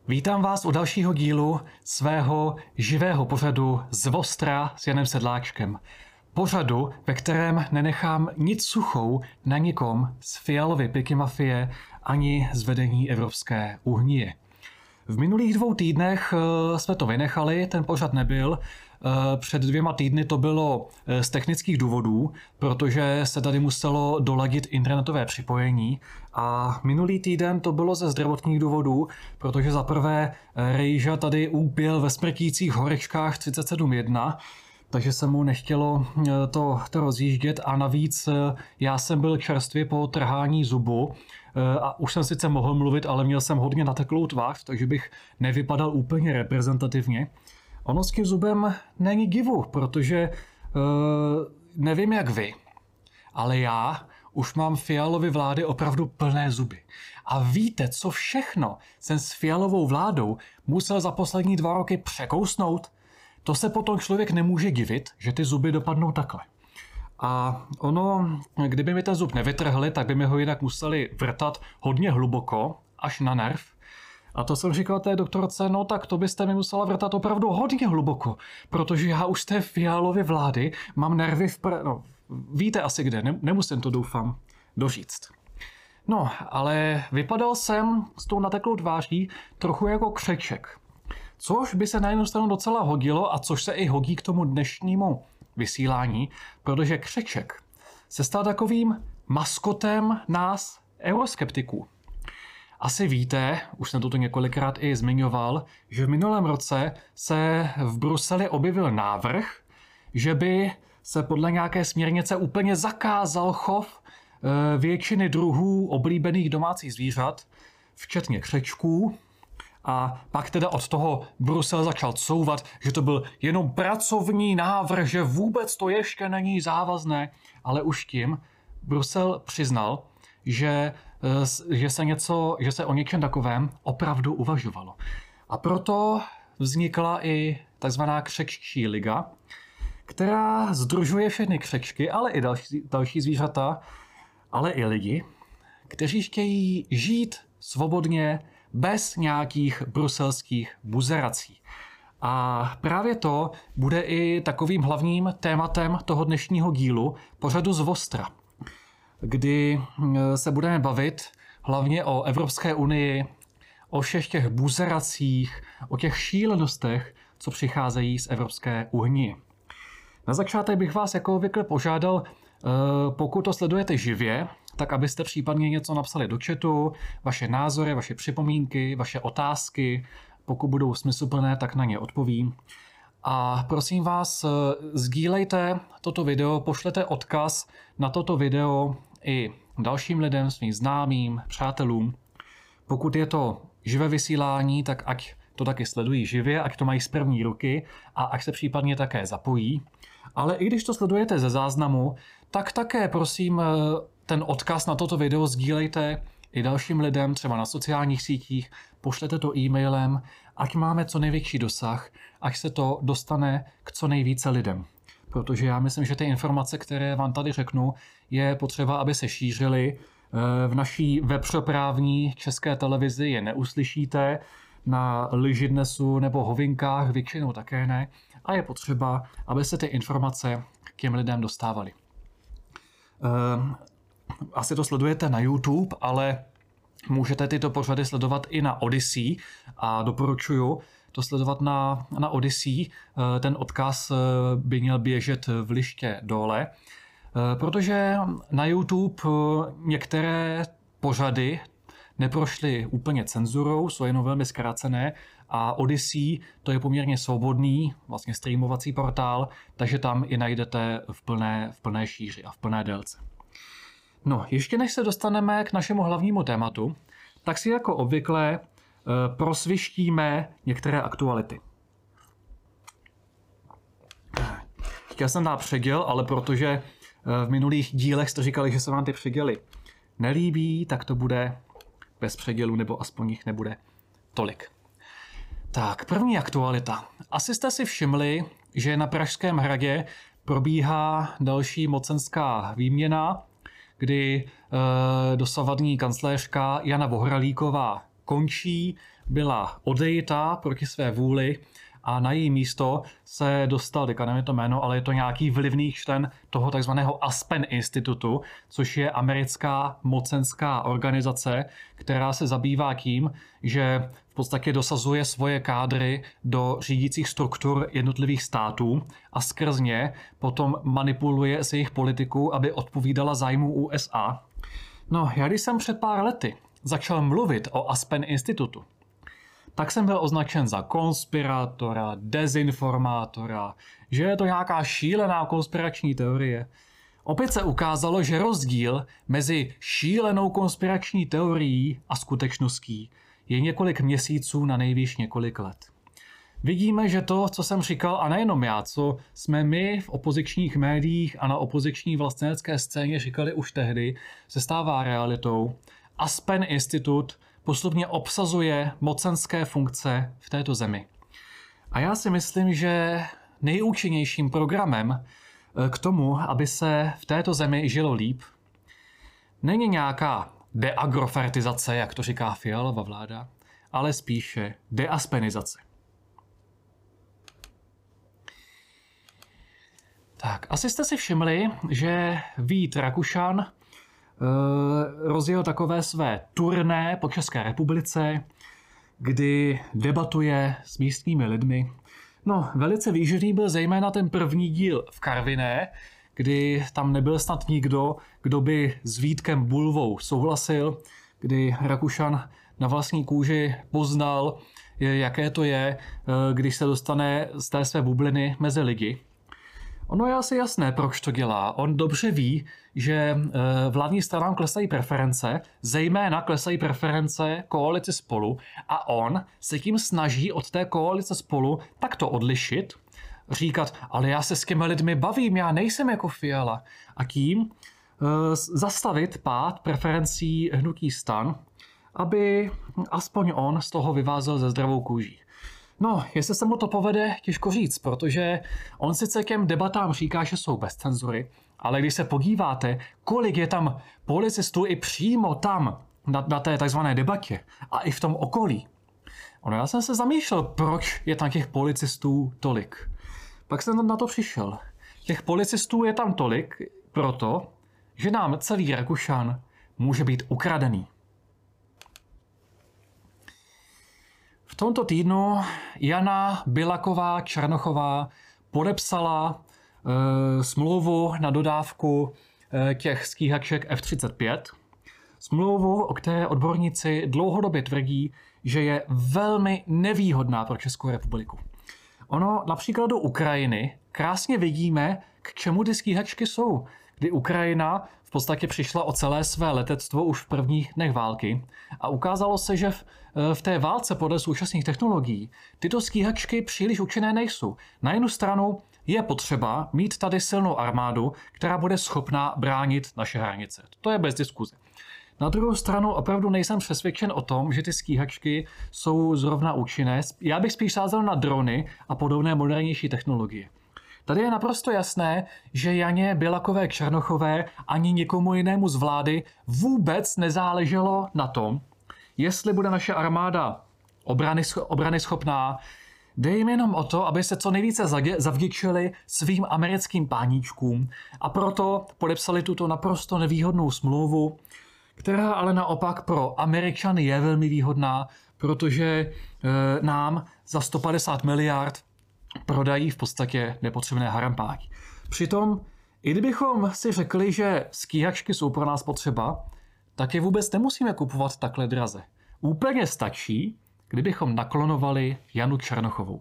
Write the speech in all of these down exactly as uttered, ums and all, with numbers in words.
Vítám vás u dalšího dílu svého živého pořadu z Ostra s Janem Sedláčkem. Pořadu, ve kterém nenechám nic suchou na nikom z Fialovy piky mafie ani z vedení Evropské unie. V minulých dvou týdnech jsme to vynechali, ten pořad nebyl. Před dvěma týdny to bylo z technických důvodů, protože se tady muselo doladit internetové připojení. A minulý týden to bylo ze zdravotních důvodů, protože za prvé Rejža tady úpěl ve smrtících horečkách třicet sedm jedna, takže se mu nechtělo to, to rozjíždět a navíc já jsem byl čerstvě po trhání zubu a už jsem sice mohl mluvit, ale měl jsem hodně nateklou tvář, takže bych nevypadal úplně reprezentativně. Ono s tím zubem není divu, protože uh, nevím jak vy, ale já už mám Fialovy vlády opravdu plné zuby. A víte, co všechno jsem s Fialovou vládou musel za poslední dva roky překousnout? To se potom člověk nemůže divit, že ty zuby dopadnou takhle. A ono, kdyby mi ten zub nevytrhli, tak by mi ho jinak museli vrtat hodně hluboko, až na nerv. A to jsem říkal té doktorce, no tak to byste mi musela vrtat opravdu hodně hluboko, protože já už z té Fialovy vlády mám nervy v pr... No, víte asi kde, ne, nemusím to doufám doříct. No, ale vypadal jsem s tou nateklou tváří trochu jako křeček. Což by se na jednu stranu docela hodilo a což se i hodí k tomu dnešnímu vysílání, protože křeček se stal takovým maskotem nás euroskeptiků. Asi víte, už jsem to několikrát i zmiňoval, že v minulém roce se v Bruseli objevil návrh, že by se podle nějaké směrnice úplně zakázal chov většiny druhů oblíbených domácích zvířat, včetně křečků. A pak teda od toho Brusel začal couvat, že to byl jenom pracovní návrh, že vůbec to ještě není závazné, ale už tím Brusel přiznal, že, že, se něco, že se o něčem takovém opravdu uvažovalo. A proto vznikla i takzvaná křeččí liga, která sdružuje všechny křečky, ale i další, další zvířata, ale i lidi, kteří chtějí žít svobodně, bez nějakých bruselských buzerací. A právě to bude i takovým hlavním tématem toho dnešního dílu pořadu z Ostra, kdy se budeme bavit hlavně o Evropské unii, o všech těch buzeracích, o těch šílenostech, co přicházejí z Evropské unie. Na začátek bych vás jako obvykle požádal, pokud to sledujete živě, tak abyste případně něco napsali do chatu, vaše názory, vaše připomínky, vaše otázky. Pokud budou smysluplné, tak na ně odpovím. A prosím vás, sdílejte toto video, pošlete odkaz na toto video i dalším lidem, svým známým, přátelům. Pokud je to živé vysílání, tak ať to taky sledují živě, ať to mají z první ruky a ať se případně také zapojí. Ale i když to sledujete ze záznamu, tak také prosím ten odkaz na toto video sdílejte i dalším lidem, třeba na sociálních sítích, pošlete to e-mailem, ať máme co největší dosah, ať se to dostane k co nejvíce lidem. Protože já myslím, že ty informace, které vám tady řeknu, je potřeba, aby se šířily. V naší webshoprávní české televizi je neuslyšíte, na Ližidnesu nebo Hovinkách většinou také ne. A je potřeba, aby se ty informace k těm lidem dostávaly. Asi to sledujete na YouTube, ale můžete tyto pořady sledovat i na Odyssey a doporučuji to sledovat na, na Odyssey. Ten odkaz by měl běžet v liště dole, protože na YouTube některé pořady neprošly úplně cenzurou, jsou jenom velmi zkrácené a Odyssey to je poměrně svobodný, vlastně streamovací portál, takže tam i najdete v plné, v plné šíři a v plné délce. No, ještě než se dostaneme k našemu hlavnímu tématu, tak si jako obvykle e, prosvištíme některé aktuality. Chtěl jsem dát předěl, ale protože v minulých dílech jste říkali, že se vám ty předěly nelíbí, tak to bude bez předělu, nebo aspoň jich nebude tolik. Tak, první aktualita. Asi jste si všimli, že na Pražském hradě probíhá další mocenská výměna, kdy e, dosavadní kancléřka Jana Vohralíková končí, byla odejita proti své vůli a na její místo se dostal, teďka nevím to jméno, ale je to nějaký vlivný člen toho takzvaného Aspen Institutu, což je americká mocenská organizace, která se zabývá tím, že v podstatě dosazuje svoje kádry do řídících struktur jednotlivých států a skrz ně potom manipuluje s jejich politikou, aby odpovídala zájmu U S A. No, já když jsem před pár lety začal mluvit o Aspen Institutu, tak jsem byl označen za konspirátora, dezinformátora, že je to nějaká šílená konspirační teorie. Opět se ukázalo, že rozdíl mezi šílenou konspirační teorií a skutečností je několik měsíců, na nejvýš několik let. Vidíme, že to, co jsem říkal, a nejenom já, co jsme my v opozičních médiích a na opoziční vlastenecké scéně říkali už tehdy, se stává realitou. Aspen Institut postupně obsazuje mocenské funkce v této zemi. A já si myslím, že nejúčinnějším programem k tomu, aby se v této zemi žilo líp, není nějaká deagrofertizace, jak to říká Fialova vláda, ale spíše deaspenizace. Tak, asi jste si všimli, že Vít Rakušan rozjel takové své turné po České republice, kdy debatuje s místními lidmi. No, velice výživný byl zejména ten první díl v Karviné, kdy tam nebyl snad nikdo, kdo by s Vítkem Bulvou souhlasil, kdy Rakušan na vlastní kůži poznal, jaké to je, když se dostane z té své bubliny mezi lidi. Ono je asi jasné, proč to dělá. On dobře ví, že vládní stranám klesají preference, zejména klesají preference koalici Spolu a on se tím snaží od té koalice Spolu takto odlišit, říkat, ale já se s těmi lidmi bavím, já nejsem jako Fiala. A tím zastavit pád preferencí hnutí STAN, aby aspoň on z toho vyvázel ze zdravou kůží. No, jestli se mu to povede, těžko říct, protože on sice k těm debatám říká, že jsou bez cenzury, ale když se podíváte, kolik je tam policistů i přímo tam, na, na té takzvané debatě a i v tom okolí. Ono, já jsem se zamýšlel, proč je tam těch policistů tolik. Pak jsem na to přišel. Těch policistů je tam tolik proto, že nám celý Rakušan může být ukradený. V tomto týdnu Jana Bilaková Černochová podepsala e, smlouvu na dodávku e, těch stíhaček F třicet pět. Smlouvu, o které odborníci dlouhodobě tvrdí, že je velmi nevýhodná pro Českou republiku. Ono na příkladu Ukrajiny krásně vidíme, k čemu ty stíhačky jsou. Kdy Ukrajina v podstatě přišla o celé své letectvo už v prvních dnech války a ukázalo se, že v, v té válce podle současných technologií tyto stíhačky příliš účinné nejsou. Na jednu stranu je potřeba mít tady silnou armádu, která bude schopná bránit naše hranice. To je bez diskuze. Na druhou stranu opravdu nejsem přesvědčen o tom, že ty stíhačky jsou zrovna účinné. Já bych spíš sázel na drony a podobné modernější technologie. Tady je naprosto jasné, že Janě Bilakové Černochové ani nikomu jinému z vlády vůbec nezáleželo na tom, jestli bude naše armáda obrany, obrany schopná. Jde jim jenom o to, aby se co nejvíce zavděčili svým americkým páníčkům a proto podepsali tuto naprosto nevýhodnou smlouvu, která ale naopak pro Američany je velmi výhodná, protože e, nám za sto padesát miliard prodají v podstatě nepotřebné harampáky. Přitom, i kdybychom si řekli, že stíhačky jsou pro nás potřeba, tak je vůbec nemusíme kupovat takhle draze. Úplně stačí, kdybychom naklonovali Janu Černochovou.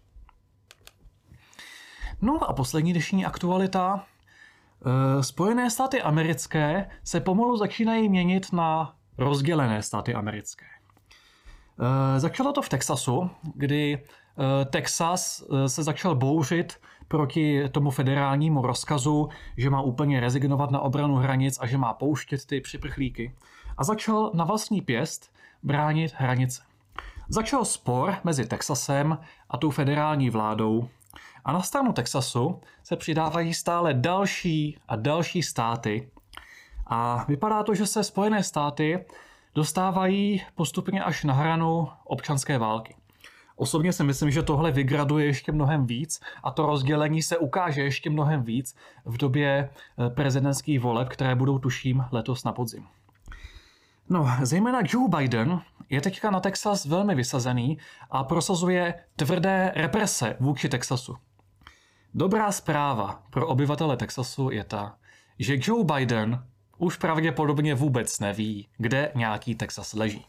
No a poslední dnešní aktualita. Spojené státy americké se pomalu začínají měnit na rozdělené státy americké. Začalo to v Texasu, kdy Texas se začal bouřit proti tomu federálnímu rozkazu, že má úplně rezignovat na obranu hranic a že má pouštět ty připrchlíky. A začal na vlastní pěst bránit hranice. Začal spor mezi Texasem a tou federální vládou. A na stranu Texasu se přidávají stále další a další státy. A vypadá to, že se Spojené státy dostávají postupně až na hranu občanské války. Osobně si myslím, že tohle vygraduje ještě mnohem víc a to rozdělení se ukáže ještě mnohem víc v době prezidentských voleb, které budou tuším letos na podzim. No, zejména Joe Biden je teďka na Texas velmi vysazený a prosazuje tvrdé represe vůči Texasu. Dobrá zpráva pro obyvatele Texasu je ta, že Joe Biden už pravděpodobně vůbec neví, kde nějaký Texas leží.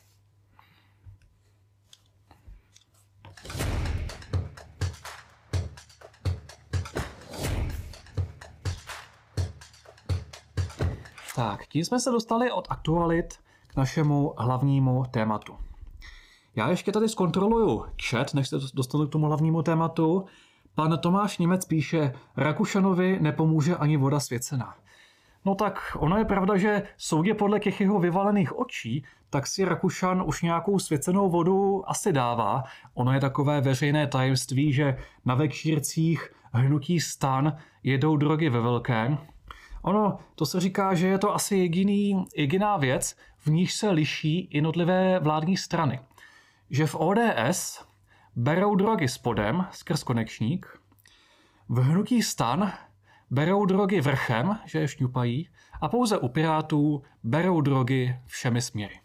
Tak, tím jsme se dostali od aktualit k našemu hlavnímu tématu. Já ještě tady zkontroluju chat, než se dostanu k tomu hlavnímu tématu. Pan Tomáš Němec píše, Rakušanovi nepomůže ani voda svěcená. No tak ono je pravda, že soudě podle těch jeho vyvalených očí, tak si Rakušan už nějakou svěcenou vodu asi dává. Ono je takové veřejné tajemství, že na večírcích hnutí STAN jedou drogy ve velkém. Ono, to se říká, že je to asi jediný, jediná věc, v níž se liší jednotlivé vládní strany. Že v O D S berou drogy spodem skrz konečník, v hnutí STAN berou drogy vrchem, že je šňupají, a pouze u Pirátů berou drogy všemi směry.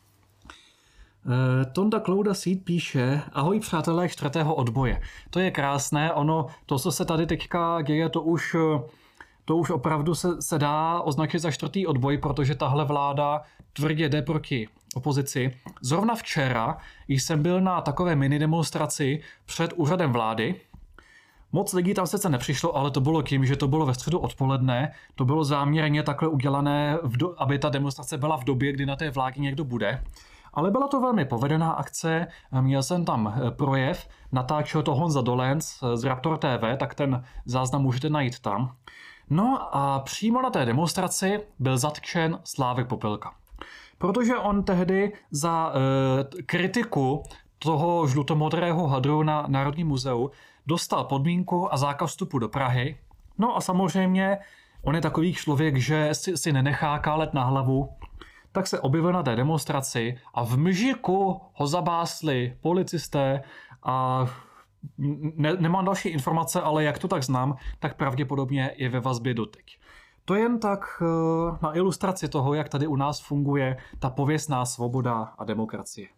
E, Tonda Klouda Seed píše, ahoj přátelé čtvrtého odboje. To je krásné, ono, to, co se tady teďka děje, to už... To už opravdu se, se dá označit za čtvrtý odboj, protože tahle vláda tvrdě jde proti opozici. Zrovna včera jsem byl na takové mini demonstraci před úřadem vlády. Moc lidí tam sice nepřišlo, ale to bylo tím, že to bylo ve středu odpoledne. To bylo záměrně takhle udělané, do, aby ta demonstrace byla v době, kdy na té vládě někdo bude. Ale byla to velmi povedená akce, měl jsem tam projev, natáčel to Honza Dolenc z Raptor T V, tak ten záznam můžete najít tam. No a přímo na té demonstraci byl zatčen Slávek Popelka. Protože on tehdy za e, kritiku toho žlutomodrého hadru na Národním muzeu dostal podmínku a zákaz vstupu do Prahy. No a samozřejmě on je takový člověk, že si, si nenechá kálet na hlavu, tak se objevil na té demonstraci a v mžiku ho zabásli policisté a ne, nemám další informace, ale jak to tak znám, tak pravděpodobně je ve vazbě doteď. To jen tak na ilustraci toho, jak tady u nás funguje ta pověstná svoboda a demokracie.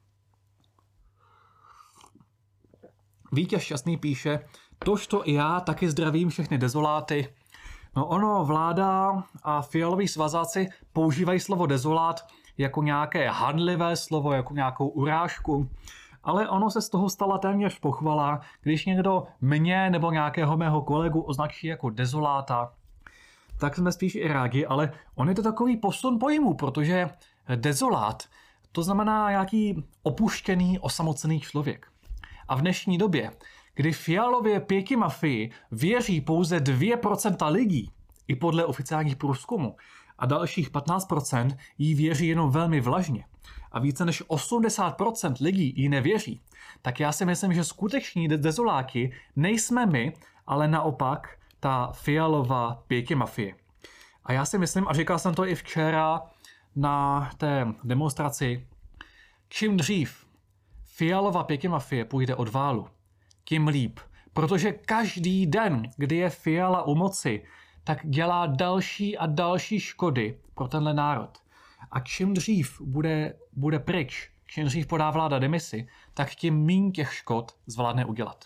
Vítěz Šťastný píše, tožto i já taky zdravím všechny dezoláty. No ono, vláda a fialoví svazáci používají slovo dezolát jako nějaké hanlivé slovo, jako nějakou urážku. Ale ono se z toho stala téměř pochvala, když někdo mě nebo nějakého mého kolegu označí jako dezoláta, tak jsme spíš i rádi, ale on je to takový posun pojmu, protože dezolát to znamená nějaký opuštěný, osamocený člověk. A v dnešní době, kdy Fialově pětimafii věří pouze dvě procenta lidí, i podle oficiálních průzkumů, a dalších patnáct procent jí věří jenom velmi vlažně, a více než osmdesát procent lidí jí nevěří, tak já si myslím, že skuteční dezoláti nejsme my, ale naopak ta Fialová pětimafie. A já si myslím, a říkal jsem to i včera na té demonstraci, čím dřív Fialova pětimafie půjde od válu, tím líp. Protože každý den, kdy je Fiala u moci, tak dělá další a další škody pro tenhle národ. A čím dřív bude, bude pryč, čím dřív podá vláda demisi, tak tím míň těch škod zvládne udělat.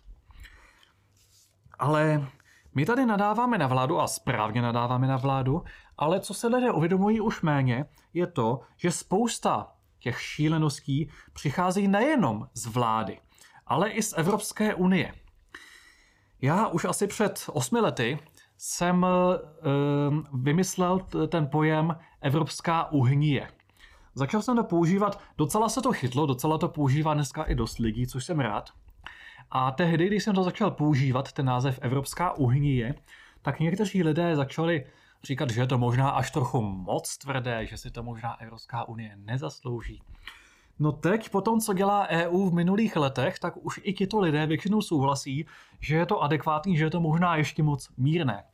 Ale my tady nadáváme na vládu a správně nadáváme na vládu, ale co se lidé uvědomují už méně, je to, že spousta těch šíleností přichází nejenom z vlády, ale i z Evropské unie. Já už asi před osmi lety jsem e, vymyslel ten pojem Evropská unie. Začal jsem to používat, docela se to chytlo, docela to používá dneska i dost lidí, což jsem rád. A tehdy, když jsem to začal používat, ten název Evropská unie, tak někteří lidé začali říkat, že je to možná až trochu moc tvrdé, že si to možná Evropská unie nezaslouží. No teď, po tom, co dělá E U v minulých letech, tak už i tito lidé většinou souhlasí, že je to adekvátní, že je to možná ještě moc mírné.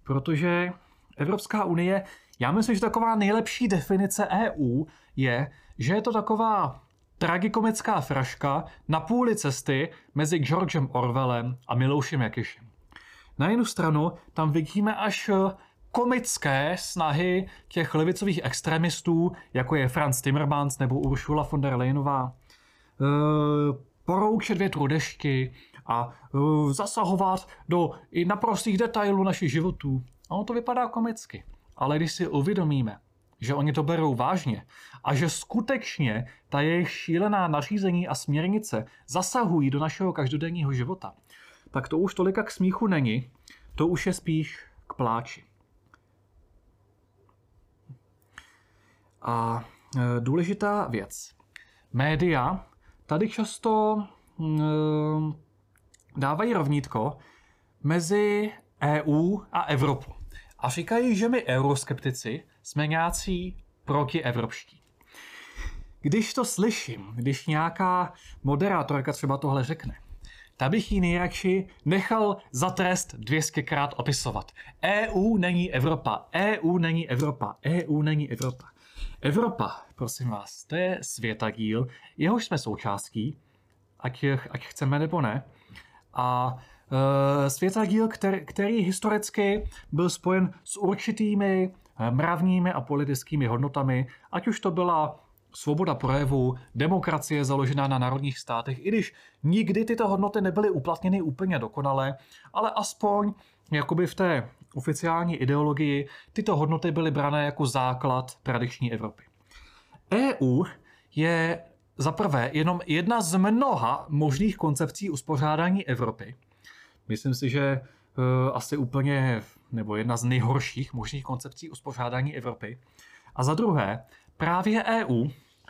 Protože Evropská unie, já myslím, že taková nejlepší definice E U je, že je to taková tragikomická fraška na půli cesty mezi Georgem Orwellem a Miloušem Jakešem. Na jednu stranu tam vidíme až komické snahy těch levicových extremistů, jako je Franz Timmermans nebo Ursula von der Leyenová, poroučet větru dešti a zasahovat do i naprostých detailů našich životů. A ono to vypadá komicky. Ale když si uvědomíme, že oni to berou vážně a že skutečně ta jejich šílená nařízení a směrnice zasahují do našeho každodenního života, tak to už tolika k smíchu není, to už je spíš k pláči. A e, důležitá věc. Média tady často e, dávají rovnítko mezi E U a Evropu. A říkají, že my euroskeptici jsme nějací protievropští. Když to slyším, když nějaká moderátorka třeba tohle řekne, tak bych ji nejradši nechal za trest dvě stěkrát opisovat. E U není Evropa, E U není Evropa, E U není Evropa. Evropa, prosím vás, to je světadíl, jehož jsme součástí, ať, ať chceme nebo ne. A e, světadíl, který, který historicky byl spojen s určitými mravními a politickými hodnotami, ať už to byla svoboda projevu, demokracie založená na národních státech, i když nikdy tyto hodnoty nebyly uplatněny úplně dokonale, ale aspoň jakoby v té oficiální ideologii tyto hodnoty byly brané jako základ tradiční Evropy. E U je za prvé jenom jedna z mnoha možných koncepcí uspořádání Evropy. Myslím si, že uh, asi úplně, nebo jedna z nejhorších možných koncepcí uspořádání Evropy. A za druhé, právě E U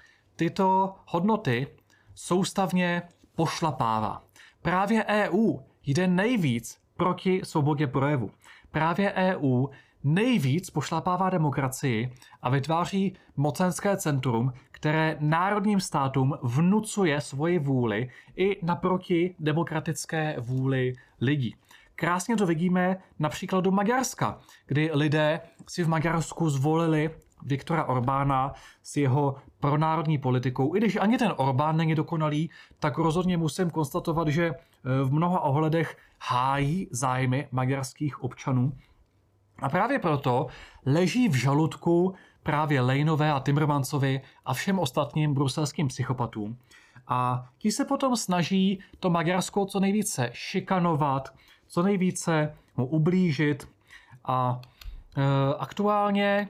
tyto hodnoty soustavně pošlapává. Právě E U jde nejvíc proti svobodě projevu. Právě E U nejvíc pošlapává demokracii a vytváří mocenské centrum, které národním státům vnucuje svoji vůli i naproti demokratické vůli lidí. Krásně to vidíme na příkladu Maďarska, kdy lidé si v Maďarsku zvolili Viktora Orbána s jeho pronárodní politikou. I když ani ten Orbán není dokonalý, tak rozhodně musím konstatovat, že v mnoha ohledech hájí zájmy maďarských občanů. A právě proto leží v žaludku právě Leyenové a Timmermansovi a všem ostatním bruselským psychopatům. A ti se potom snaží to Maďarsko co nejvíce šikanovat, co nejvíce mu ublížit. A e, aktuálně e,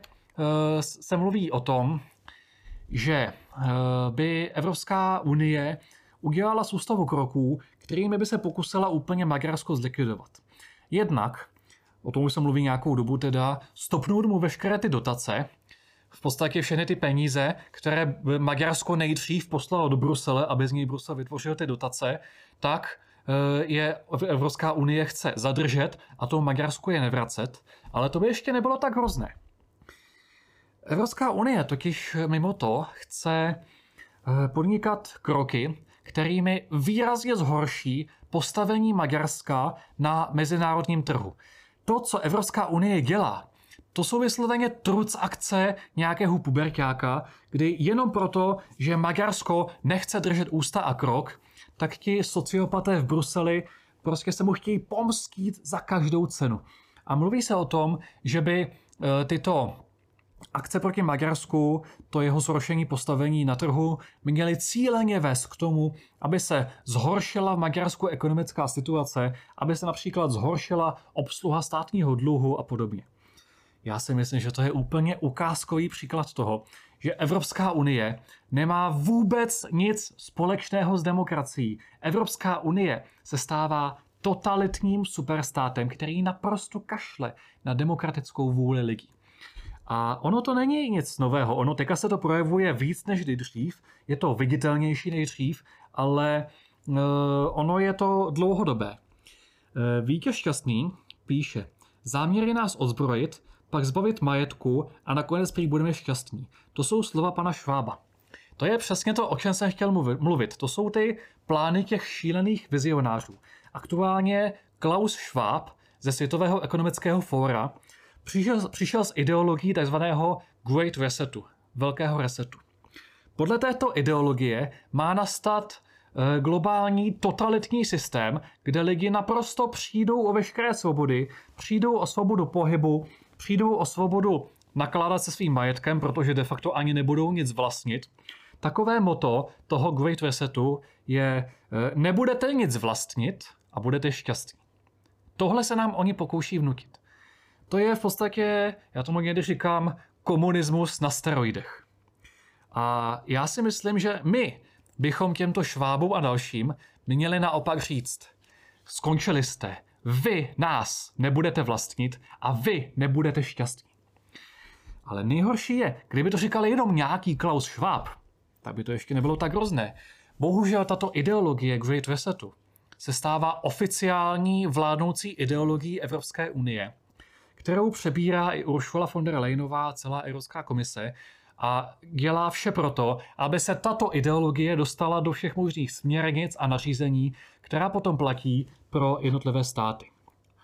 se mluví o tom, že e, by Evropská unie udělala soustavu kroků, kterými by se pokusila úplně Maďarsko zlikvidovat. Jednak, o tom už se mluví nějakou dobu, teda stopnout mu veškeré ty dotace, v podstatě všechny ty peníze, které Maďarsko nejdřív poslalo do Brusele, aby z něj Brusel vytvořil ty dotace, tak je Evropská unie chce zadržet a to Maďarsku je nevracet, ale to by ještě nebylo tak hrozné. Evropská unie totiž mimo to chce podnikat kroky, kterými výrazně zhorší postavení Maďarska na mezinárodním trhu. To, co Evropská unie dělá, to jsou vysloveně truc akce nějakého puberťáka, kdy jenom proto, že Maďarsko nechce držet ústa a krok, tak ti sociopaté v Bruseli prostě se mu chtějí pomstít za každou cenu. A mluví se o tom, že by tyto akce proti Maďarsku, to jeho zhoršení postavení na trhu, měly cíleně vést k tomu, aby se zhoršila v Maďarsku ekonomická situace, aby se například zhoršila obsluha státního dluhu a podobně. Já si myslím, že to je úplně ukázkový příklad toho, že Evropská unie nemá vůbec nic společného s demokracií. Evropská unie se stává totalitním superstátem, který naprosto kašle na demokratickou vůli lidí. A ono to není nic nového, ono teďka se to projevuje víc než dřív, je to viditelnější než dřív, ale uh, ono je to dlouhodobé. Uh, Vítěz Šťastný píše, záměr je nás odzbrojit, pak zbavit majetku a nakonec prý budeme šťastní. To jsou slova pana Schwaba. To je přesně to, o čem jsem chtěl mluvit. To jsou ty plány těch šílených vizionářů. Aktuálně Klaus Schwab ze Světového ekonomického fóra přišel, přišel s ideologií tzv. Great Resetu, velkého resetu. Podle této ideologie má nastat globální totalitní systém, kde lidi naprosto přijdou o veškeré svobody, přijdou o svobodu pohybu, přijdou o svobodu nakládat se svým majetkem, protože de facto ani nebudou nic vlastnit. Takové motto toho Great Resetu je nebudete nic vlastnit a budete šťastní. Tohle se nám oni pokouší vnutit. To je v podstatě, já tomu někdy říkám, komunismus na steroidech. A já si myslím, že my bychom těmto švábům a dalším měli naopak říct: skončili jste, vy nás nebudete vlastnit a vy nebudete šťastní. Ale nejhorší je, kdyby to říkal jenom nějaký Klaus Schwab, tak by to ještě nebylo tak hrozné. Bohužel tato ideologie Great Resetu se stává oficiální vládnoucí ideologií Evropské unie, kterou přebírá i Ursula von der Leyenová, celá Evropská komise, a dělá vše proto, aby se tato ideologie dostala do všech možných směrnic a nařízení, která potom platí pro jednotlivé státy.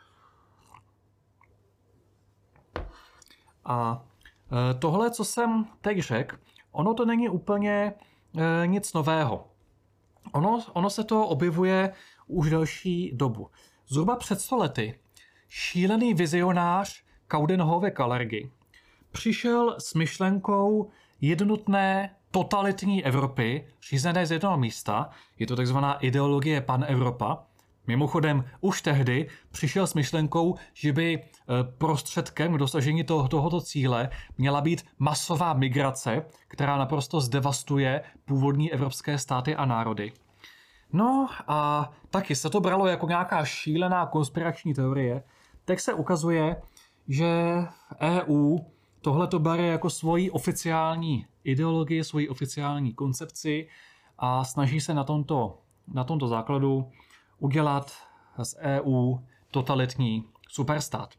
A tohle, co jsem teď řekl, ono to není úplně e, nic nového. Ono, ono se to objevuje už delší dobu. Zhruba před sto lety šílený vizionář Coudenhove Kalergi přišel s myšlenkou jednotné totalitní Evropy, řízené z jednoho místa. Je to takzvaná ideologie Pan-Evropa. Mimochodem, už tehdy přišel s myšlenkou, že by prostředkem k dosažení toho, tohoto cíle měla být masová migrace, která naprosto zdevastuje původní evropské státy a národy. No a taky se to bralo jako nějaká šílená konspirační teorie. Teď se ukazuje, že E U tohle to bere jako svoji oficiální ideologii, svoji oficiální koncepci a snaží se na tomto, na tomto základu udělat z E U totalitní superstát.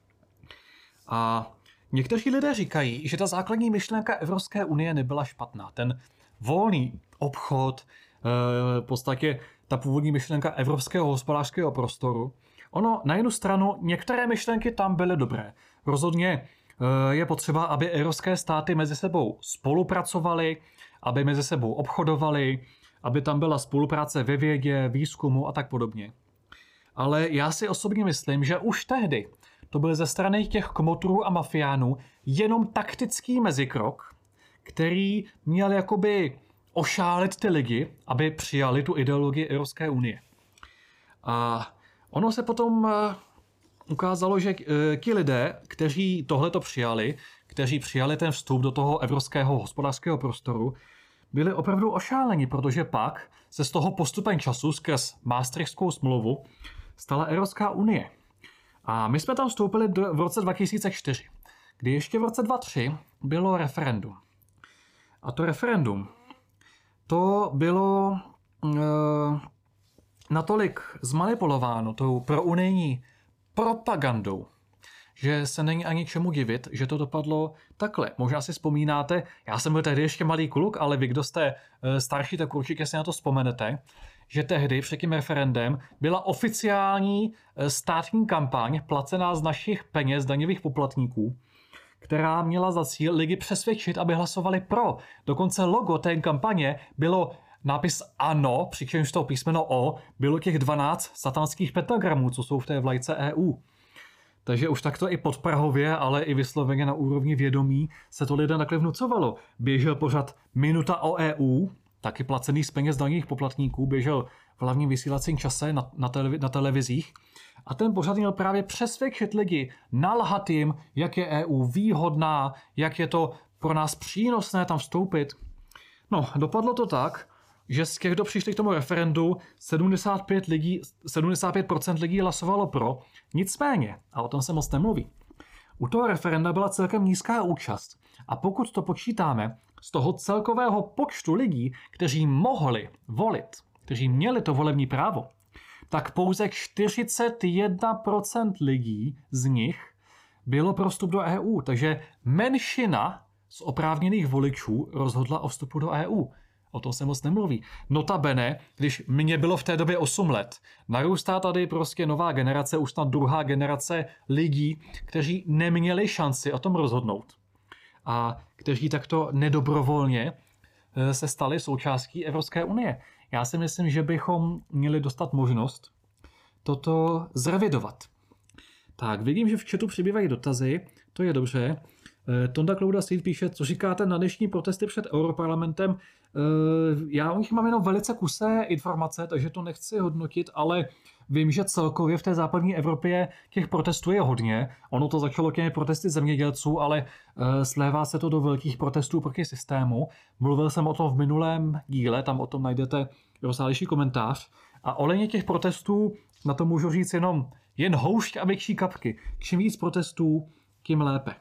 A někteří lidé říkají, že ta základní myšlenka Evropské unie nebyla špatná. Ten volný obchod, v podstatě ta původní myšlenka evropského hospodářského prostoru. Ono na jednu stranu některé myšlenky tam byly dobré. Rozhodně je potřeba, aby evropské státy mezi sebou spolupracovaly, aby mezi sebou obchodovaly, aby tam byla spolupráce ve vědě, výzkumu a tak podobně. Ale já si osobně myslím, že už tehdy to byl ze strany těch kmotrů a mafiánů jenom taktický mezikrok, který měl jakoby ošálit ty lidi, aby přijali tu ideologii Evropské unie. A ono se potom ukázalo, že ti lidé, kteří tohleto přijali, kteří přijali ten vstup do toho evropského hospodářského prostoru, byli opravdu ošáleni, protože pak se z toho postupem času skrz Maastrichtskou smlouvu stala Evropská unie. A my jsme tam vstoupili v roce dva tisíce čtyři, kdy ještě v roce dva tisíce tři bylo referendum. A to referendum, to bylo e, natolik zmanipulováno tou prounijní propagandou, že se není ani čemu divit, že to dopadlo takhle. Možná si vzpomínáte, já jsem byl tehdy ještě malý kluk, ale vy, kdo jste starší, tak určitě si na to vzpomenete, že tehdy před tím referendem byla oficiální státní kampaň placená z našich peněz daňových poplatníků, která měla za cíl lidi přesvědčit, aby hlasovali pro. Dokonce logo té kampaně bylo nápis ANO, přičemž to písmeno O bylo těch dvanáct satanských pentagramů, co jsou v té vlajce E U. Takže už takto i podprahově, ale i vysloveně na úrovni vědomí se to lidem takhle vnucovalo. Běžel pořad Minuta o E U, taky placený z peněz daňových poplatníků, běžel v hlavním vysílacím čase na, na, televi- na televizích. A ten pořad měl právě přesvědčit lidi, nalhat jim, jak je E U výhodná, jak je to pro nás přínosné tam vstoupit. No, dopadlo to tak, že z těch, kdo přišli k tomu referendu, sedmdesát pět lidí, sedmdesát pět procent lidí hlasovalo pro, nicméně, a o tom se moc nemluví, u toho referenda byla celkem nízká účast. A pokud to počítáme z toho celkového počtu lidí, kteří mohli volit, kteří měli to volební právo, tak pouze čtyřicet jedna procent lidí z nich bylo pro vstup do E U. Takže menšina z oprávněných voličů rozhodla o vstupu do E U. O tom se moc nemluví. Notabene, když mně bylo v té době osm let, narůstá tady prostě nová generace, už snad druhá generace lidí, kteří neměli šanci o tom rozhodnout. A kteří takto nedobrovolně se staly součástí Evropské unie. Já si myslím, že bychom měli dostat možnost toto zrevidovat. Tak, vidím, že v chatu přibývají dotazy, to je dobře. Tonda Klauda Seed píše, co říkáte na dnešní protesty před Europarlamentem. Já o nich mám jenom velice kusé informace, takže to nechci hodnotit, ale vím, že celkově v té západní Evropě těch protestů je hodně. Ono to začalo těmi protesty zemědělců, ale slévá se to do velkých protestů proti systému. Mluvil jsem o tom v minulém díle, tam o tom najdete rozsáhlejší komentář. A ohledně těch protestů na to můžu říct jenom jen houšť a větší kapky. Čím víc protestů, tím lépe.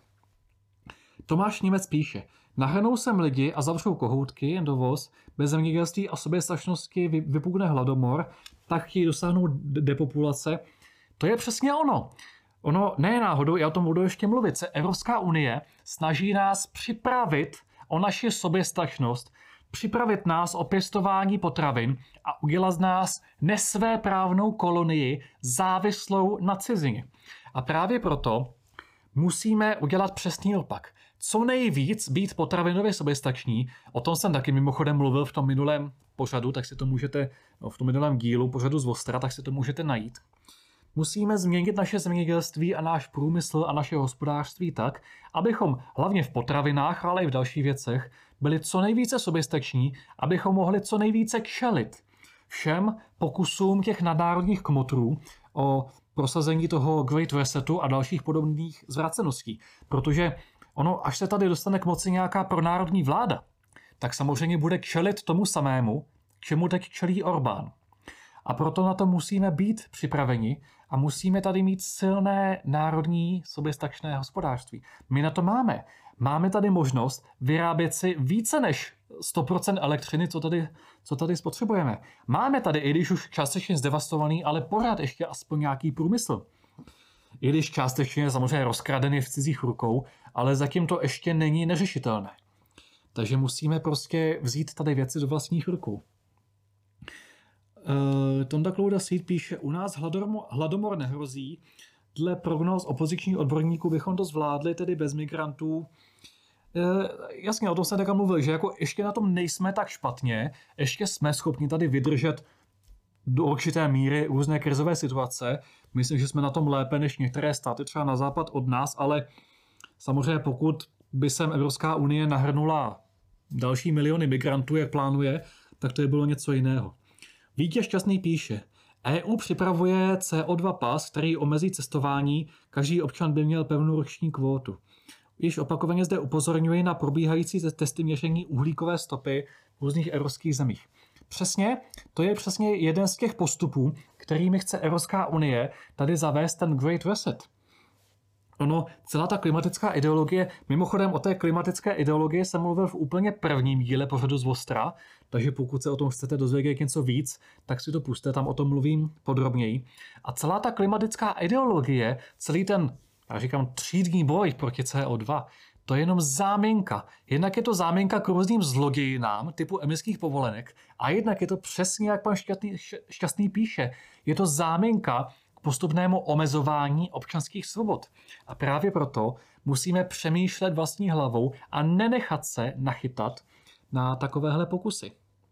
Tomáš Němec píše, nahrnou sem lidi a zavřou kohoutky, jen dovoz, bez zemědělství a soběstačnosti vypukne hladomor, tak chtějí dosáhnout depopulace. To je přesně ono. Ono ne náhodou, já o tom budu ještě mluvit, se Evropská unie snaží nás připravit o naši soběstačnost, připravit nás o pěstování potravin a udělat z nás nesvéprávnou kolonii závislou na cizině. A právě proto musíme udělat přesný opak. Co nejvíc být potravinově soběstační, o tom jsem taky mimochodem mluvil v tom minulém pořadu, tak si to můžete, no, v tom minulém dílu pořadu z Vostra, tak si to můžete najít. Musíme změnit naše zemědělství a náš průmysl a naše hospodářství tak, abychom hlavně v potravinách, ale i v dalších věcech byli co nejvíce soběstační, abychom mohli co nejvíce čelit všem pokusům těch nadnárodních kmotrů o prosazení toho Great Resetu a dalších podobných zvraceností. Protože ono, až se tady dostane k moci nějaká pronárodní vláda, tak samozřejmě bude čelit tomu samému, k čemu teď čelí Orbán. A proto na to musíme být připraveni a musíme tady mít silné národní soběstačné hospodářství. My na to máme. Máme tady možnost vyrábět si více než sto procent elektřiny, co tady, co tady spotřebujeme. Máme tady, i když už částečně zdevastovaný, ale pořád ještě aspoň nějaký průmysl. I když částečně je samozřejmě rozkradený v cizích rukou, ale zatím to ještě není neřešitelné. Takže musíme prostě vzít tady věci do vlastních rukou. Uh, Tonda Klauda Seed píše, u nás hladomor, hladomor nehrozí. Dle prognóz opozičních odborníků bychom to zvládli, tedy bez migrantů. Uh, jasně, o tom jsem taky mluvil, že jako ještě na tom nejsme tak špatně, ještě jsme schopni tady vydržet do určité míry různé krizové situace. Myslím, že jsme na tom lépe než některé státy třeba na západ od nás, ale samozřejmě pokud by sem Evropská unie nahrnula další miliony migrantů, jak plánuje, tak to je bylo něco jiného. Vítěz Šťastný píše, E U připravuje C O dva pas, který omezí cestování, každý občan by měl pevnou roční kvótu. Již opakovaně zde upozorňuji na probíhající testy měření uhlíkové stopy v různých evropských zemích. Přesně, to je přesně jeden z těch postupů, kterými chce Evropská unie tady zavést ten Great Reset. Ono, celá ta klimatická ideologie, mimochodem o té klimatické ideologii jsem mluvil v úplně prvním díle pořadu z Vostra, takže pokud se o tom chcete dozvědět něco víc, tak si to pusťte, tam o tom mluvím podrobněji. A celá ta klimatická ideologie, celý ten, já říkám, třídní boj proti C O dva, to je jenom záminka. Jednak je to záminka k různým zlodějinám typu emisních povolenek a jednak je to přesně, jak pan Šťastný, Šťastný píše, je to záminka k postupnému omezování občanských svobod. A právě proto musíme přemýšlet vlastní hlavou a nenechat se nachytat na takovéhle pokusy.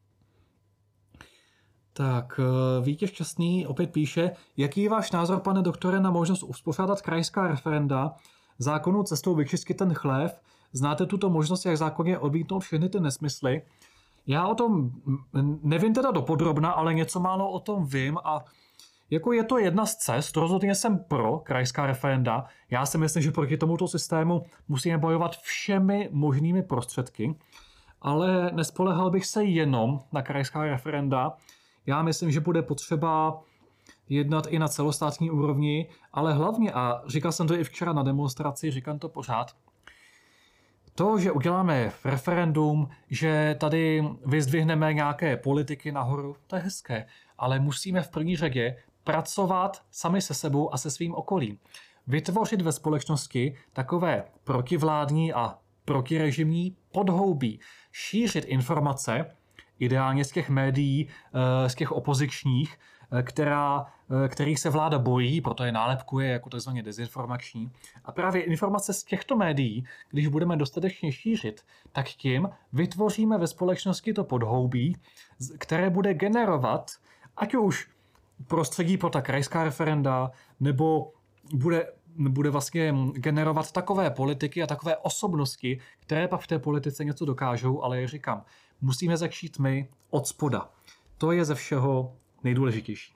Tak, Vítěz Šťastný opět píše, jaký je váš názor, pane doktore, na možnost uspořádat krajská referenda, zákonnou cestou vyčistit ten chlév, znáte tuto možnost, jak zákonně odmítnout všechny ty nesmysly. Já o tom nevím teda dopodrobna, ale něco málo o tom vím a jako je to jedna z cest, rozhodně jsem pro krajská referenda. Já si myslím, že proti tomuto systému musíme bojovat všemi možnými prostředky, ale nespolehal bych se jenom na krajská referenda. Já myslím, že bude potřeba jednat i na celostátní úrovni, ale hlavně, a říkal jsem to i včera na demonstraci, říkám to pořád, to, že uděláme referendum, že tady vyzdvihneme nějaké politiky nahoru, to je hezké, ale musíme v první řadě pracovat sami se sebou a se svým okolím. Vytvořit ve společnosti takové protivládní a protirežimní podhoubí. Šířit informace ideálně z těch médií, z těch opozičních, která, kterých se vláda bojí, proto je nálepkuje jako tzv. Dezinformační. A právě informace z těchto médií, když budeme dostatečně šířit, tak tím vytvoříme ve společnosti to podhoubí, které bude generovat, ať už prostředí pro ta krajská referenda, nebo bude, bude vlastně generovat takové politiky a takové osobnosti, které pak v té politice něco dokážou, ale jak říkám, musíme začít my od spoda. To je ze všeho nejdůležitější.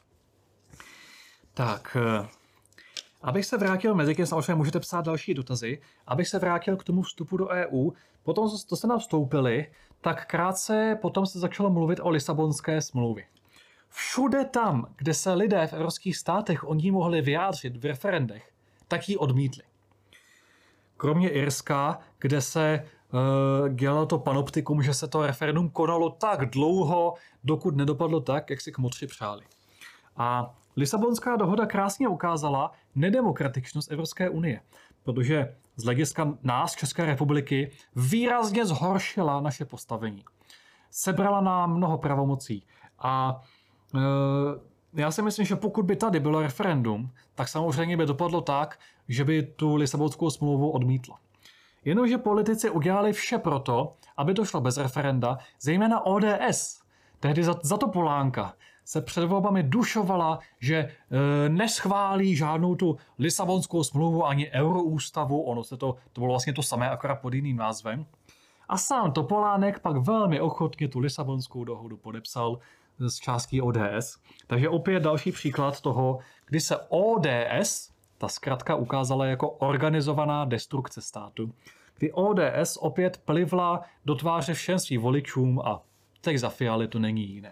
Tak, abych se vrátil, mezi tím samozřejmě můžete psát další dotazy, abych se vrátil k tomu vstupu do E U, potom, co jste nám vstoupili, tak krátce potom se začalo mluvit o Lisabonské smlouvě. Všude tam, kde se lidé v evropských státech o ní mohli vyjádřit v referendech, tak ji odmítli. Kromě Irska, kde se uh, dělalo to panoptikum, že se to referendum konalo tak dlouho, dokud nedopadlo tak, jak si kmotři přáli. A Lisabonská dohoda krásně ukázala nedemokratičnost Evropské unie, protože z hlediska nás, České republiky, výrazně zhoršila naše postavení. Sebrala nám mnoho pravomocí a uh, já si myslím, že pokud by tady bylo referendum, tak samozřejmě by dopadlo tak, že by tu Lisabonskou smlouvu odmítlo. Jenomže politici udělali vše proto, aby to šlo bez referenda, zejména O D S. Tehdy za, za to Polánka se před volbami dušovala, že e, neschválí žádnou tu Lisabonskou smlouvu ani euroústavu, ono se to, to bylo vlastně to samé, akorát pod jiným názvem. A sám Topolánek pak velmi ochotně tu Lisabonskou dohodu podepsal z částí O D S. Takže opět další příklad toho, kdy se O D S, ta zkratka, ukázala jako organizovaná destrukce státu, kdy O D S opět plivla do tváře všem svým voličům a teď za Fialy to není jiné.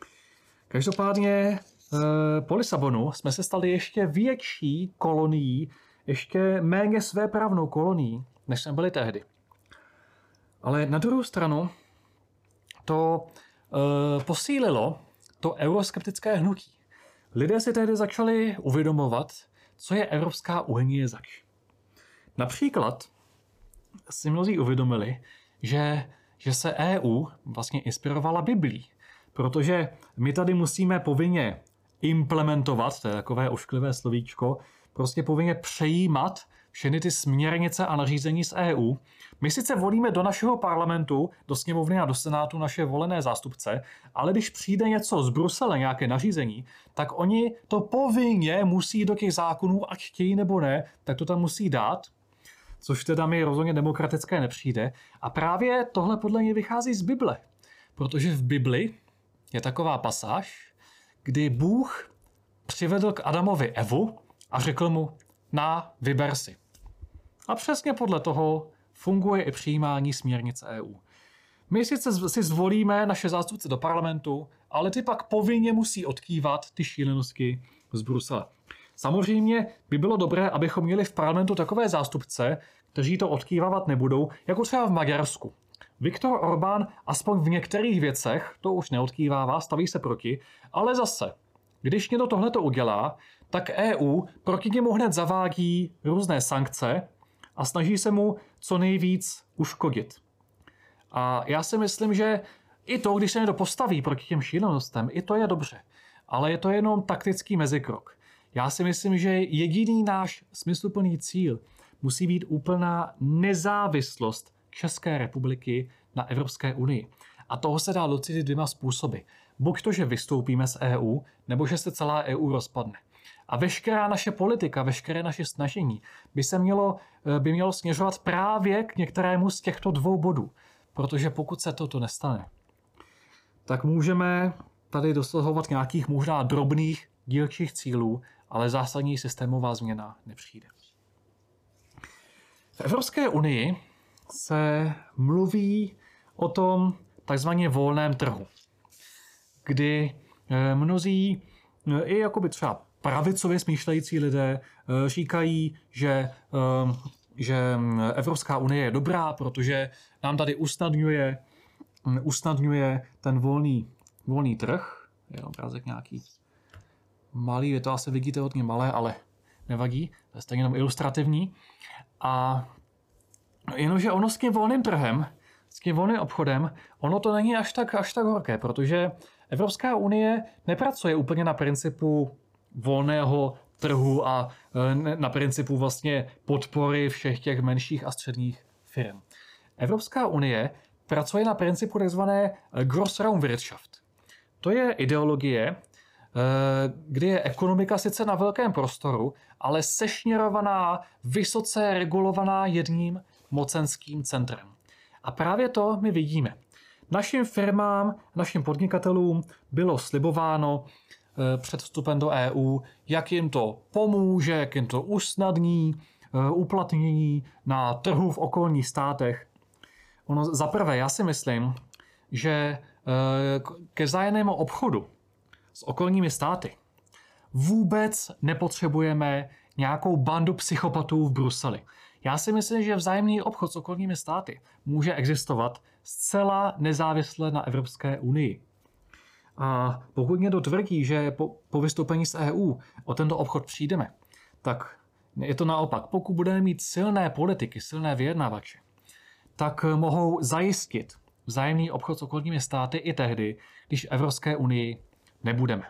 Každopádně po Lisabonu jsme se stali ještě větší kolonií, ještě méně svéprávnou kolonií, než jsme byli tehdy. Ale na druhou stranu to e, posílilo to euroskeptické hnutí. Lidé si tehdy začali uvědomovat, co je Evropská unie zač. Například si mnozí uvědomili, že, že se E U vlastně inspirovala Biblí, protože my tady musíme povinně implementovat, to je takové ošklivé slovíčko, prostě povinně přejímat všechny ty směrnice a nařízení z E U. My sice volíme do našeho parlamentu, do sněmovny a do senátu naše volené zástupce, ale když přijde něco z Brusele, nějaké nařízení, tak oni to povinně musí do těch zákonů, ať chtějí nebo ne, tak to tam musí dát, což teda mi rozhodně demokratické nepřijde. A právě tohle podle mě vychází z Bible, protože v Bibli je taková pasáž, kdy Bůh přivedl k Adamovi Evu a řekl mu, na, vyber si. A přesně podle toho funguje i přijímání směrnic E U. My sice si zvolíme naše zástupce do parlamentu, ale ty pak povinně musí odkývat ty šílenosti z Brusele. Samozřejmě by bylo dobré, abychom měli v parlamentu takové zástupce, kteří to odkývávat nebudou, jako třeba v Maďarsku. Viktor Orbán aspoň v některých věcech to už neodkývává, staví se proti, ale zase, když někdo tohleto udělá, tak E U proti němu hned zavádí různé sankce a snaží se mu co nejvíc uškodit. A já si myslím, že i to, když se někdo postaví proti těm šílenostem, i to je dobře. Ale je to jenom taktický mezikrok. Já si myslím, že jediný náš smysluplný cíl musí být úplná nezávislost České republiky na Evropské unii. A toho se dá docílit dvěma způsoby. Buď to, že vystoupíme z E U, nebo že se celá E U rozpadne. A veškerá naše politika, veškeré naše snažení by se mělo, by mělo směřovat právě k některému z těchto dvou bodů. Protože pokud se toto nestane, tak můžeme tady dosahovat nějakých možná drobných dílčích cílů, ale zásadní systémová změna nepřijde. V Evropské unii se mluví o tom takzvaně volném trhu, kdy mnozí i jakoby třeba pravicově smýšlející lidé říkají, že, že Evropská unie je dobrá, protože nám tady usnadňuje, usnadňuje ten volný, volný trh. Je obrázek nějaký malý, je to asi vidíte hodně malé, ale nevadí, to je stejně jenom ilustrativní. A jenomže ono s tím volným trhem s tím volným obchodem, ono to není až tak, až tak horké, protože Evropská unie nepracuje úplně na principu volného trhu a na principu vlastně podpory všech těch menších a středních firm. Evropská unie pracuje na principu tzv. Grossraumwirtschaft. To je ideologie, kdy je ekonomika sice na velkém prostoru, ale sešněrovaná, vysoce regulovaná jedním mocenským centrem. A právě to my vidíme. Našim firmám, našim podnikatelům bylo slibováno před vstupem do E U, jak jim to pomůže, jak jim to usnadní uplatnění na trhu v okolních státech. Ono, zaprvé, já si myslím, že ke vzájemnému obchodu s okolními státy vůbec nepotřebujeme nějakou bandu psychopatů v Bruseli. Já si myslím, že vzájemný obchod s okolními státy může existovat zcela nezávisle na Evropské unii. A pokud někdo tvrdí, že po, po vystoupení z E U o tento obchod přijdeme, tak je to naopak. Pokud budeme mít silné politiky, silné vyjednavače, tak mohou zajistit vzájemný obchod s okolními státy i tehdy, když v Evropské unii nebudeme.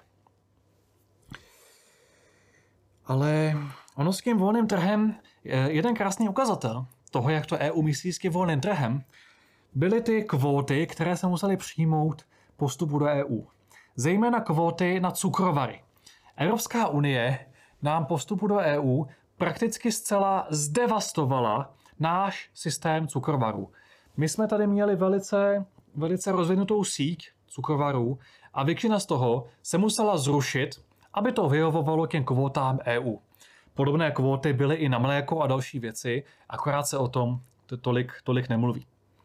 Ale ono s tím volným trhem, jeden krásný ukazatel toho, jak to E U myslí s tím volným trhem, byly ty kvóty, které se musely přijmout po vstupu do E U. Zejména kvóty na cukrovary. Evropská unie nám po vstupu do E U prakticky zcela zdevastovala náš systém cukrovarů. My jsme tady měli velice, velice rozvinutou síť cukrovarů a většina z toho se musela zrušit, aby to vyhovovalo těm kvótám E U. Podobné kvóty byly i na mléko a další věci, akorát se o tom tolik, tolik nemluví.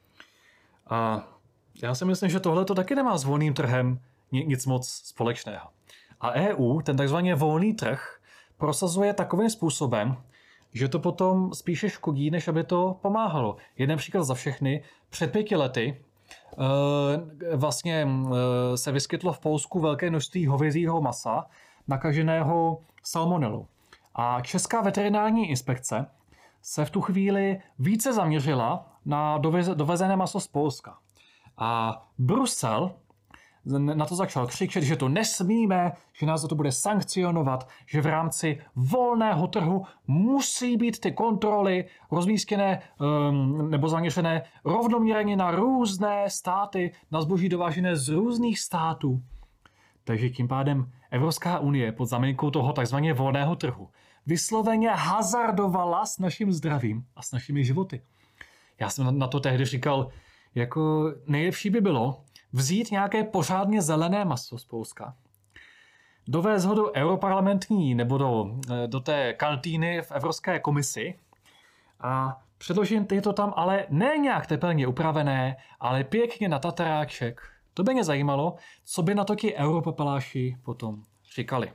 A já si myslím, že tohle to taky nemá s volným trhem nic moc společného. A E U, ten takzvaný volný trh, prosazuje takovým způsobem, že to potom spíše škodí, než aby to pomáhalo. Jeden příklad za všechny. Před pěti lety e, vlastně e, se vyskytlo v Polsku velké množství hovězího masa nakaženého salmonelou. A Česká veterinární inspekce se v tu chvíli více zaměřila na dovezené maso z Polska. A Brusel na to začal křičet, že to nesmíme, že nás za to bude sankcionovat, že v rámci volného trhu musí být ty kontroly rozmístěné um, nebo zaměřené rovnoměrně na různé státy, na zboží dovážené z různých států. Takže tím pádem Evropská unie pod záminkou toho takzvaně volného trhu vysloveně hazardovala s naším zdravím a s našimi životy. Já jsem na to tehdy říkal, jako nejlepší by bylo vzít nějaké pořádně zelené maso z Polska, dovést ho do europarlamentní nebo do, do té kantýny v Evropské komisi a předložit je to tam, ale ne nějak tepelně upravené, ale pěkně na tataráček. To by mě zajímalo, co by na to ti europapaláši potom říkali.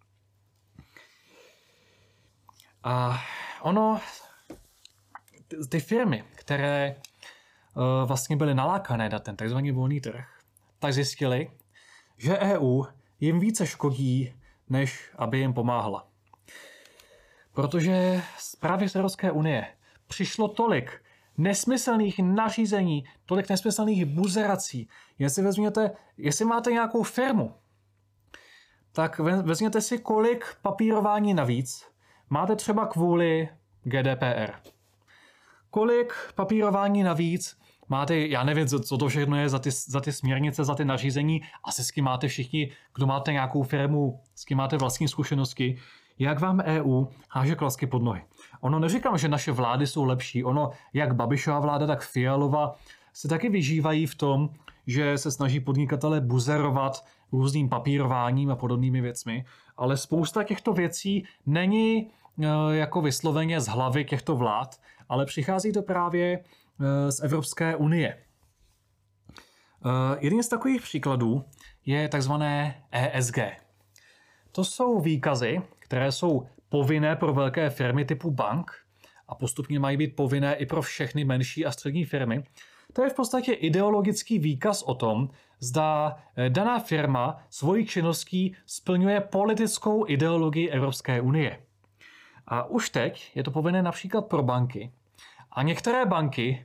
A ono, ty firmy, které vlastně byly nalákané na ten takzvaný volný trh, tak zjistili, že E U jim více škodí, než aby jim pomáhala. Protože právě z Evropské unie přišlo tolik nesmyslných nařízení, tolik nesmyslných buzerací. Jestli vezměte, jestli máte nějakou firmu, tak vezměte si, kolik papírování navíc máte třeba kvůli G D P R. Kolik papírování navíc máte, já nevím, co to všechno je za ty, za ty směrnice, za ty nařízení, asi s kým máte všichni, kdo máte nějakou firmu, s kým máte vlastní zkušenosti, jak vám E U háže klacky pod nohy. Ono neříkám, že naše vlády jsou lepší, ono, jak Babišova vláda, tak Fialova se taky vyžívají v tom, že se snaží podnikatele buzerovat různým papírováním a podobnými věcmi, ale spousta těchto věcí není jako vysloveně z hlavy těchto vlád, ale přichází to právě z Evropské unie. Jeden z takových příkladů je takzvané E S G. To jsou výkazy, které jsou povinné pro velké firmy typu bank a postupně mají být povinné i pro všechny menší a střední firmy. To je v podstatě ideologický výkaz o tom, zda daná firma svojí činností splňuje politickou ideologii Evropské unie. A už teď je to povinné například pro banky. A některé banky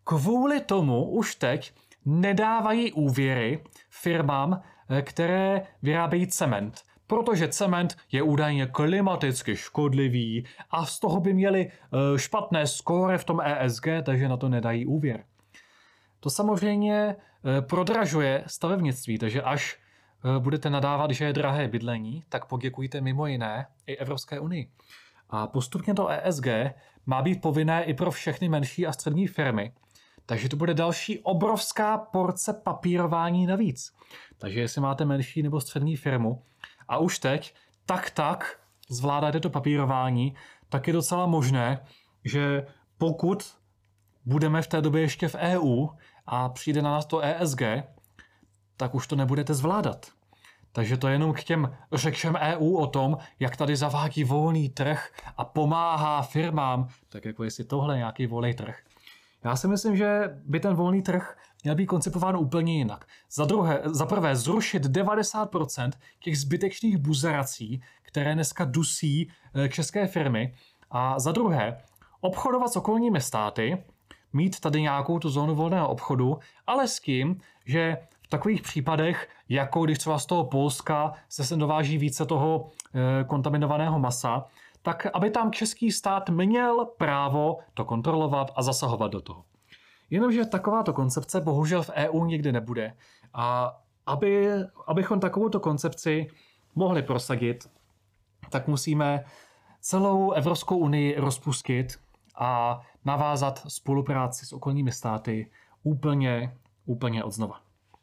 Kvůli tomu už teď nedávají úvěry firmám, které vyrábějí cement. Protože cement je údajně klimaticky škodlivý a z toho by měli špatné skóre v tom E S G, takže na to nedají úvěr. To samozřejmě prodražuje stavebnictví, takže až budete nadávat, že je drahé bydlení, tak poděkujte mimo jiné i Evropské unii. A postupně to E S G má být povinné i pro všechny menší a střední firmy. Takže to bude další obrovská porce papírování navíc. Takže jestli máte menší nebo střední firmu a už teď tak tak zvládáte to papírování, tak je docela možné, že pokud budeme v té době ještě v E U a přijde na nás to E S G, tak už to nebudete zvládat. Takže to je jenom k těm řečem E U o tom, jak tady zavádí volný trh a pomáhá firmám, tak jako jestli tohle je nějaký volný trh. Já si myslím, že by ten volný trh měl být koncipován úplně jinak. Za druhé, za prvé zrušit devadesát procent těch zbytečných buzerací, které dneska dusí české firmy. A za druhé, obchodovat s okolními státy, mít tady nějakou tu zónu volného obchodu, ale s tím, že v takových případech, jako když třeba z toho Polska se sem dováží více toho e, kontaminovaného masa, tak aby tam český stát měl právo to kontrolovat a zasahovat do toho. Jenomže takováto koncepce bohužel v E U nikdy nebude. A aby, abychom takovouto koncepci mohli prosadit, tak musíme celou Evropskou unii rozpustit a navázat spolupráci s okolními státy úplně, úplně odznova.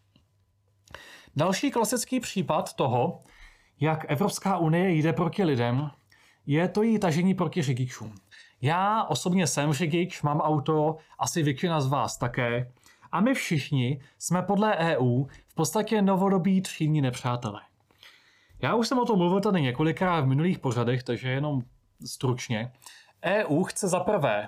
Další klasický případ toho, jak Evropská unie jde proti lidem, je to jí tažení proti řidičům. Já osobně jsem řidič, mám auto, asi většina z vás také. A my všichni jsme podle E U v podstatě novodobí třídní nepřátelé. Já už jsem o tom mluvil tady několikrát v minulých pořadech, takže jenom stručně. E U chce za prvé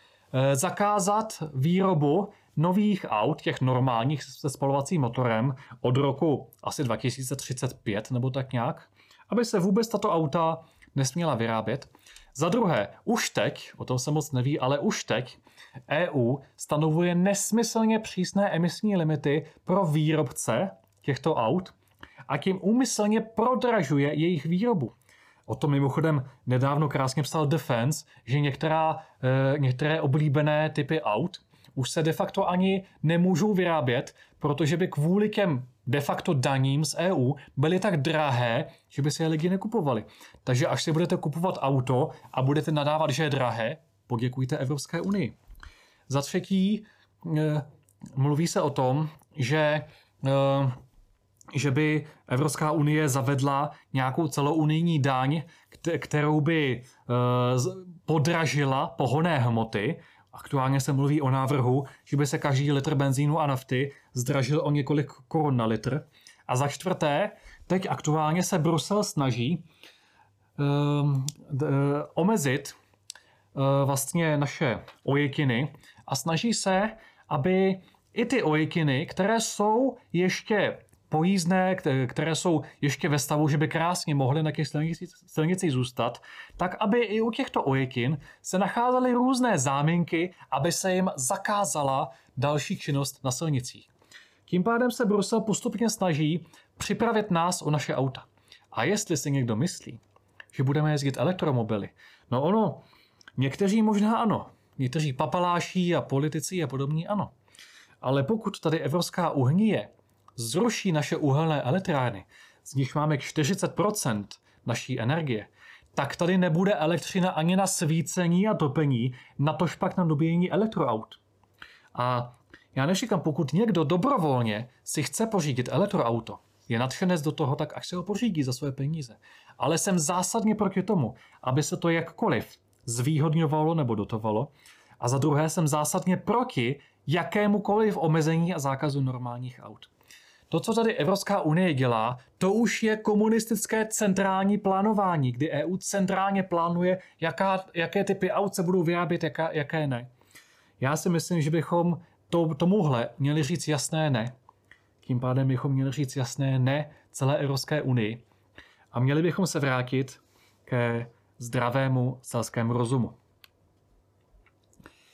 zakázat výrobu nových aut, těch normálních se spalovacím motorem od roku asi dva tisíce třicet pět nebo tak nějak, aby se vůbec tato auta nesměla vyrábět. Za druhé, už teď, o tom se moc neví, ale už teď E U stanovuje nesmyslně přísné emisní limity pro výrobce těchto aut a tím úmyslně prodražuje jejich výrobu. O tom mimochodem nedávno krásně psal Defense, že některá, e, některé oblíbené typy aut už se de facto ani nemůžou vyrábět, protože by kvůli těm de facto daním z E U byly tak drahé, že by si je lidi nekupovali. Takže až si budete kupovat auto a budete nadávat, že je drahé, poděkujte Evropské unii. Za třetí, e, mluví se o tom, že, e, že by Evropská unie zavedla nějakou celounijní daň, kterou by e, podražila pohonné hmoty. Aktuálně se mluví o návrhu, že by se každý litr benzínu a nafty zdražil o několik korun na litr. A za čtvrté, teď aktuálně se Brusel snaží um, d, omezit uh, vlastně naše ojekiny a snaží se, aby i ty ojekiny, které jsou ještě pojízdné, které jsou ještě ve stavu, že by krásně mohly na těch silnicích zůstat, tak aby i u těchto ojekin se nacházely různé záminky, aby se jim zakázala další činnost na silnicích. Tím pádem se Brusel postupně snaží připravit nás o naše auta. A jestli si někdo myslí, že budeme jezdit elektromobily, no ono, někteří možná ano, někteří papaláši a politici a podobní ano. Ale pokud tady Evropská unie zruší naše uhelné elektrárny, z nich máme čtyřicet procent naší energie, tak tady nebude elektřina ani na svícení a topení, natož pak na dobíjení elektroaut. A já neříkám, pokud někdo dobrovolně si chce pořídit elektroauto, je nadšenec do toho, tak až se ho pořídí za své peníze. Ale jsem zásadně proti tomu, aby se to jakkoliv zvýhodňovalo nebo dotovalo. A za druhé jsem zásadně proti jakémukoliv omezení a zákazu normálních aut. To, co tady Evropská unie dělá, to už je komunistické centrální plánování, kdy E U centrálně plánuje, jaká, jaké typy aut se budou vyrábět, jaká, jaké ne. Já si myslím, že bychom to, tomuhle měli říct jasné ne. Tím pádem bychom měli říct jasné ne celé Evropské unii. A měli bychom se vrátit ke zdravému selskému rozumu.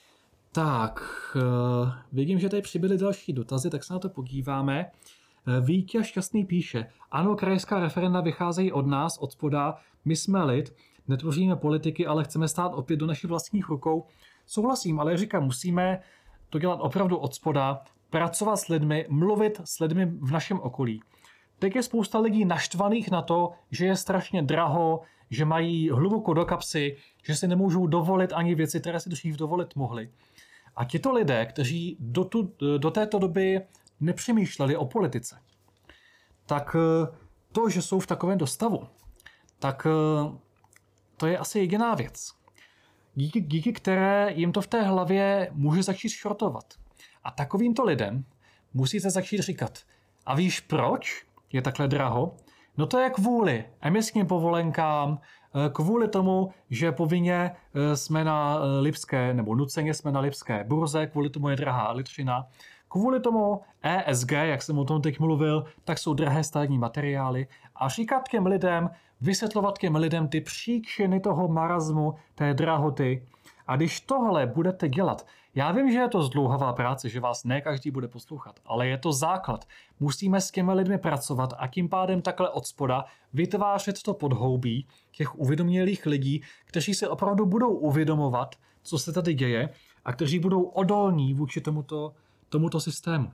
Tak, uh, vidím, že tady přibyly další dotazy, tak se na to podíváme. Uh, Vítěz Šťastný píše, ano, krajská referenda vycházejí od nás, od spoda, my jsme lid, netvoříme politiky, ale chceme stát opět do našich vlastních rukou. Souhlasím, ale říkám, musíme to dělat opravdu od spoda, pracovat s lidmi, mluvit s lidmi v našem okolí. Teď je spousta lidí naštvaných na to, že je strašně draho, že mají hluboko do kapsy, že si nemůžou dovolit ani věci, které si dřív dovolit mohli. A tito lidé, kteří do, tu, do této doby nepřemýšleli o politice, tak to, že jsou v takovém dostavu, tak to je asi jediná věc, díky, díky které jim to v té hlavě může začít šrotovat. A takovýmto lidem musíte začít říkat, a víš proč je takhle draho? No to je kvůli emisním povolenkám, kvůli tomu, že povinně jsme na lipské, nebo nuceně jsme na lipské burze, kvůli tomu je drahá elektřina, kvůli tomu E S G, jak jsem o tom teď mluvil, tak jsou drahé stavební materiály a říkat těm lidem, vysvětlovat těm lidem ty příčiny toho marazmu, té drahoty. A když tohle budete dělat, já vím, že je to zdlouhavá práce, že vás ne každý bude poslouchat, ale je to základ. Musíme s těmi lidmi pracovat a tím pádem takhle od spoda vytvářet to podhoubí těch uvědomělých lidí, kteří si opravdu budou uvědomovat, co se tady děje a kteří budou odolní vůči tomuto, tomuto systému.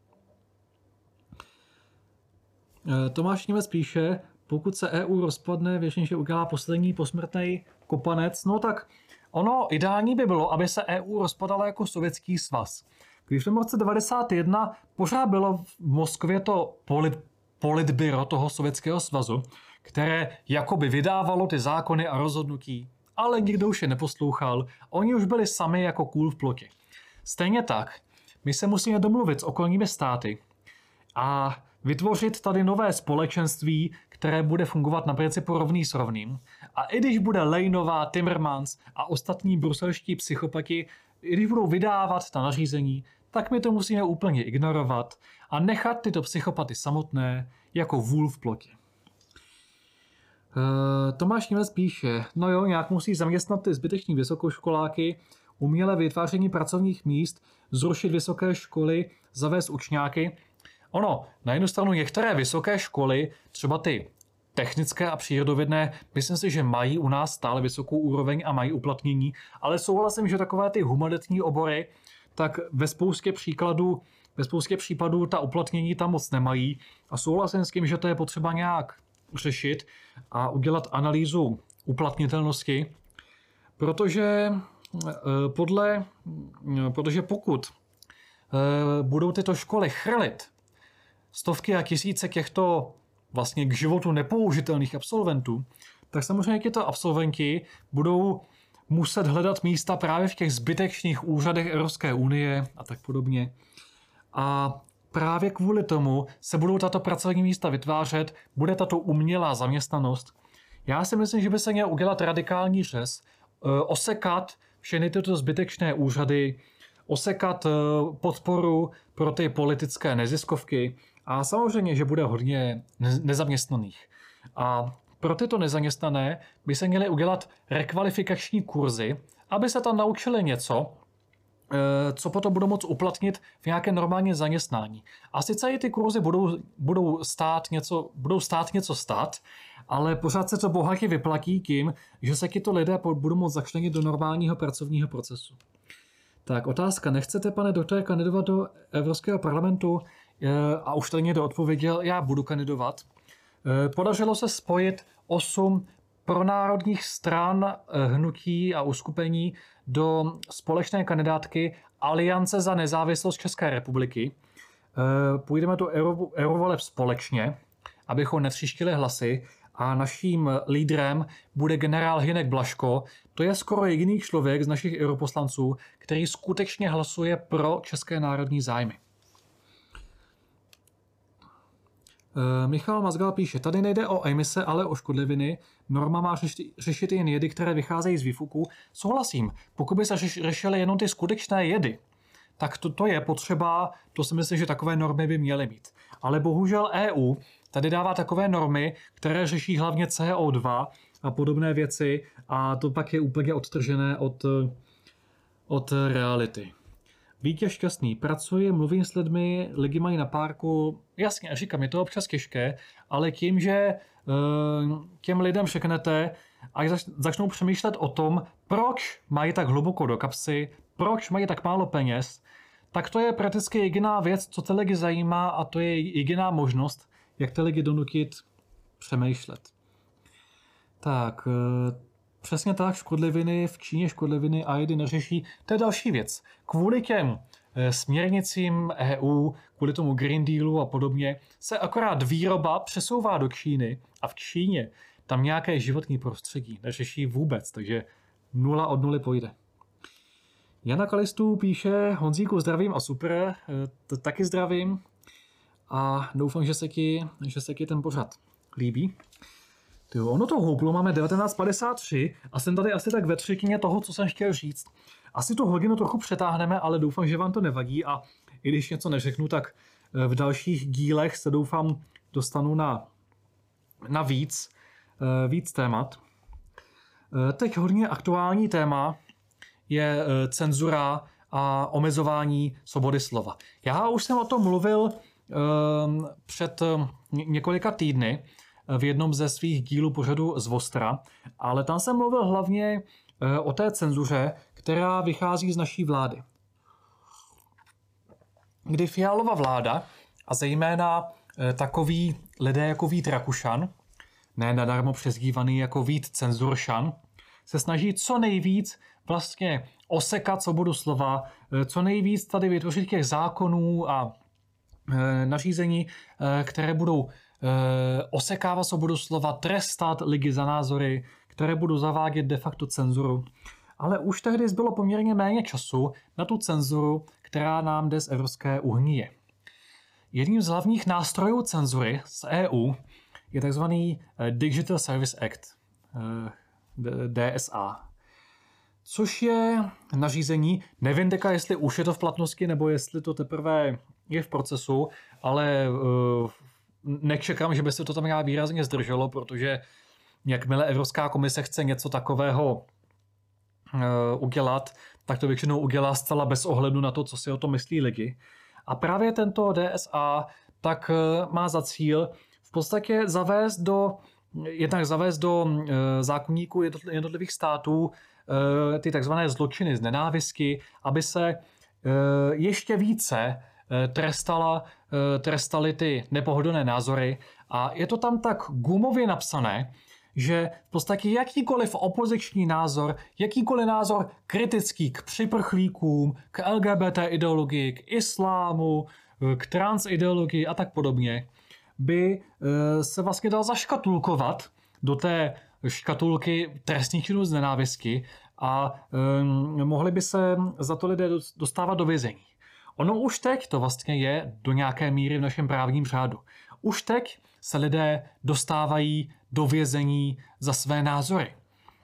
Tomáš Němec píše, pokud se E U rozpadne, věřím, že udělá poslední posmrtný kopanec, no tak ono ideální by bylo, aby se E U rozpadala jako Sovětský svaz. Když v tom roce devadesát jedna pořád bylo v Moskvě to polit, politbyro toho Sovětského svazu, které jakoby vydávalo ty zákony a rozhodnutí, ale nikdo už je neposlouchal, oni už byli sami jako kůl v plotě. Stejně tak, my se musíme domluvit s okolními státy a vytvořit tady nové společenství, které bude fungovat na principu rovný s rovným. A i když bude Lejnová, Timmermans a ostatní bruselští psychopati, i když budou vydávat ta nařízení, tak my to musíme úplně ignorovat a nechat tyto psychopaty samotné jako vůl v plotě. E, Tomáš Němec píše, no jo, nějak musí zaměstnat ty zbyteční vysokoškoláky, umělé vytváření pracovních míst, zrušit vysoké školy, zavést učňáky. Ono, na jednu stranu některé vysoké školy, třeba ty technické a přírodovědné, myslím si, že mají u nás stále vysokou úroveň a mají uplatnění, ale souhlasím, že takové ty humanitní obory, tak ve spoustě příkladů, ve spoustě případů ta uplatnění tam moc nemají a souhlasím s tím, že to je potřeba nějak řešit a udělat analýzu uplatnitelnosti, protože podle, protože pokud budou tyto školy chrlit stovky a tisíce těchto vlastně k životu nepoužitelných absolventů, tak samozřejmě těto absolventi budou muset hledat místa právě v těch zbytečných úřadech Evropské unie a tak podobně. A právě kvůli tomu se budou tato pracovní místa vytvářet, bude tato umělá zaměstnanost. Já si myslím, že by se měl udělat radikální řez, osekat všechny tyto zbytečné úřady, osekat podporu pro ty politické neziskovky a samozřejmě, že bude hodně nezaměstnaných. A pro tyto nezaměstnané by se měly udělat rekvalifikační kurzy, aby se tam naučili něco, co potom budou moct uplatnit v nějaké normální zaměstnání. A sice i ty kurzy budou, budou, stát něco, budou stát něco stát, ale pořád se to bohatě vyplatí tím, že se tyto lidé budou moct začlenit do normálního pracovního procesu. Tak otázka, nechcete, pane doktore, kandidovat do Evropského parlamentu? A už tady někdo odpověděl, já budu kandidovat. Podařilo se spojit osm pronárodních stran, hnutí a uskupení do společné kandidátky Aliance za nezávislost České republiky. Půjdeme do eurovoleb společně, abychom netříštili hlasy a naším lídrem bude generál Hynek Blažko. To je skoro jediný člověk z našich europoslanců, který skutečně hlasuje pro české národní zájmy. Michal Mazgal píše, tady nejde o emise, ale o škodliviny. Norma má řešit jen jedy, které vycházejí z výfuku. Souhlasím, pokud by se řešily jenom ty skutečné jedy, tak to, to je potřeba, to si myslím, že takové normy by měly mít. Ale bohužel E U tady dává takové normy, které řeší hlavně C O dva a podobné věci a to pak je úplně odtržené od, od reality. Vítě šťastný, pracuji, mluvím s lidmi, lidi mají na párku, jasně, a říkám, je to občas těžké, ale tím, že těm lidem řeknete, až začnou přemýšlet o tom, proč mají tak hluboko do kapsy, proč mají tak málo peněz, tak to je prakticky jediná věc, co ty lidi zajímá, a to je jediná možnost, jak ty lidi donutit přemýšlet. Tak, přesně tak, škodliviny v Číně, škodliviny A I D neřeší. To je další věc. Kvůli těm směrnicím E U, kvůli tomu Green Dealu a podobně, se akorát výroba přesouvá do Číny a v Číně tam nějaké životní prostředí neřeší vůbec, takže nula od nuly pojde. Jana Kalistů píše: Honzíku, zdravím a super, taky zdravím a doufám, že se ti, že se ti ten pořad líbí. Tyjo, ono to houplo, máme devatenáct padesát tři a jsem tady asi tak ve třetině toho, co jsem chtěl říct. Asi tu hodinu trochu přetáhneme, ale doufám, že vám to nevadí, a i když něco neřeknu, tak v dalších dílech se doufám dostanu na, na víc, víc témat. Teď hodně aktuální téma je cenzura a omezování svobody slova. Já už jsem o tom mluvil před několika týdny v jednom ze svých dílů pořadu z Vostra, ale tam jsem mluvil hlavně o té cenzuře, která vychází z naší vlády. Kdy Fialova vláda, a zejména takový lidé jako Vít Rakušan, ne nadarmo přezdívaný jako Vít Cenzuršan, se snaží co nejvíc vlastně osekat svobodu slova, co nejvíc tady vytvořit těch zákonů a nařízení, které budou osekávat svobodu slova, trestat lidi za názory, které budou zavádět de facto cenzuru. Ale už tehdy zbylo poměrně méně času na tu cenzuru, která nám jde z Evropské unie. Jedním z hlavních nástrojů cenzury z E U je tzv. Digital Service Act, D S A, což je nařízení, nevím teďka, jestli už je to v platnosti, nebo jestli to teprve je v procesu, ale nečekám, že by se to tam nějak výrazně zdrželo, protože jakmile Evropská komise chce něco takového udělat, tak to většinou udělá zcela bez ohledu na to, co si o tom myslí lidi. A právě tento D S A tak má za cíl v podstatě zavést do, jednak zavést do zákonníků jednotlivých států ty takzvané zločiny z nenávisti, aby se ještě více trestala, trestali ty nepohodlné názory. A je to tam tak gumově napsané, že v podstatě jakýkoliv opoziční názor, jakýkoliv názor kritický k připrchlíkům, k L G B T ideologii, k islámu, k trans ideologii a tak podobně, by se vlastně dal zaškatulkovat do té škatulky trestných činů z nenávisti a um, mohli by se za to lidé dostávat do vězení. Ono už teď to vlastně je do nějaké míry v našem právním řádu. Už teď se lidé dostávají do vězení za své názory.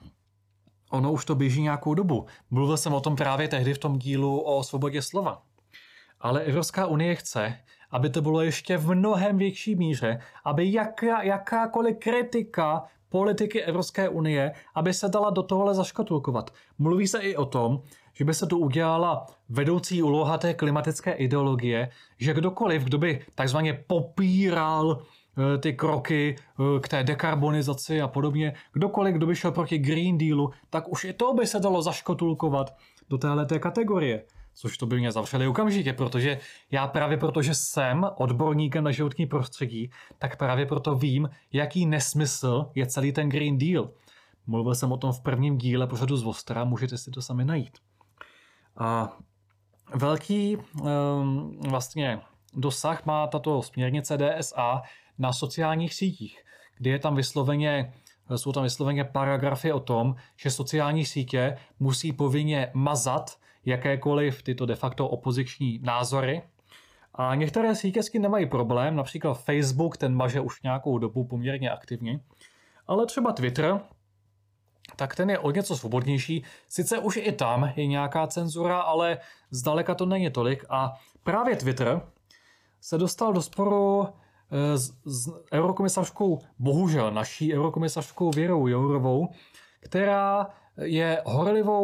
Ono už to běží nějakou dobu. Mluvil jsem o tom právě tehdy v tom dílu o svobodě slova. Ale Evropská unie chce, aby to bylo ještě v mnohem větší míře, aby jaká, jakákoliv kritika politiky Evropské unie, aby se dala do tohohle zaškatulkovat. Mluví se i o tom, že by se tu udělala vedoucí úloha té klimatické ideologie, že kdokoliv, kdo by takzvaně popíral ty kroky k té dekarbonizaci a podobně, kdokoliv, kdo by šel proti Green Dealu, tak už i to by se dalo zaškatulkovat do téhleté kategorie. Což to by mě zavřeli okamžitě, protože já právě proto, že jsem odborníkem na životní prostředí, tak právě proto vím, jaký nesmysl je celý ten Green Deal. Mluvil jsem o tom v prvním díle pořadu z Vostra, můžete si to sami najít. A velký um, vlastně dosah má tato směrnice D S A na sociálních sítích, kdy je tam vysloveně, jsou tam vysloveně paragrafy o tom, že sociální sítě musí povinně mazat jakékoliv tyto de facto opoziční názory. A některé sítě s tím nemají problém, například Facebook, ten maže už nějakou dobu poměrně aktivně, ale třeba Twitter, tak ten je o něco svobodnější. Sice už i tam je nějaká cenzura, ale zdaleka to není tolik. A právě Twitter se dostal do sporu s, s eurokomisařkou, bohužel naší eurokomisařkou Věrou Jourovou, která je horlivou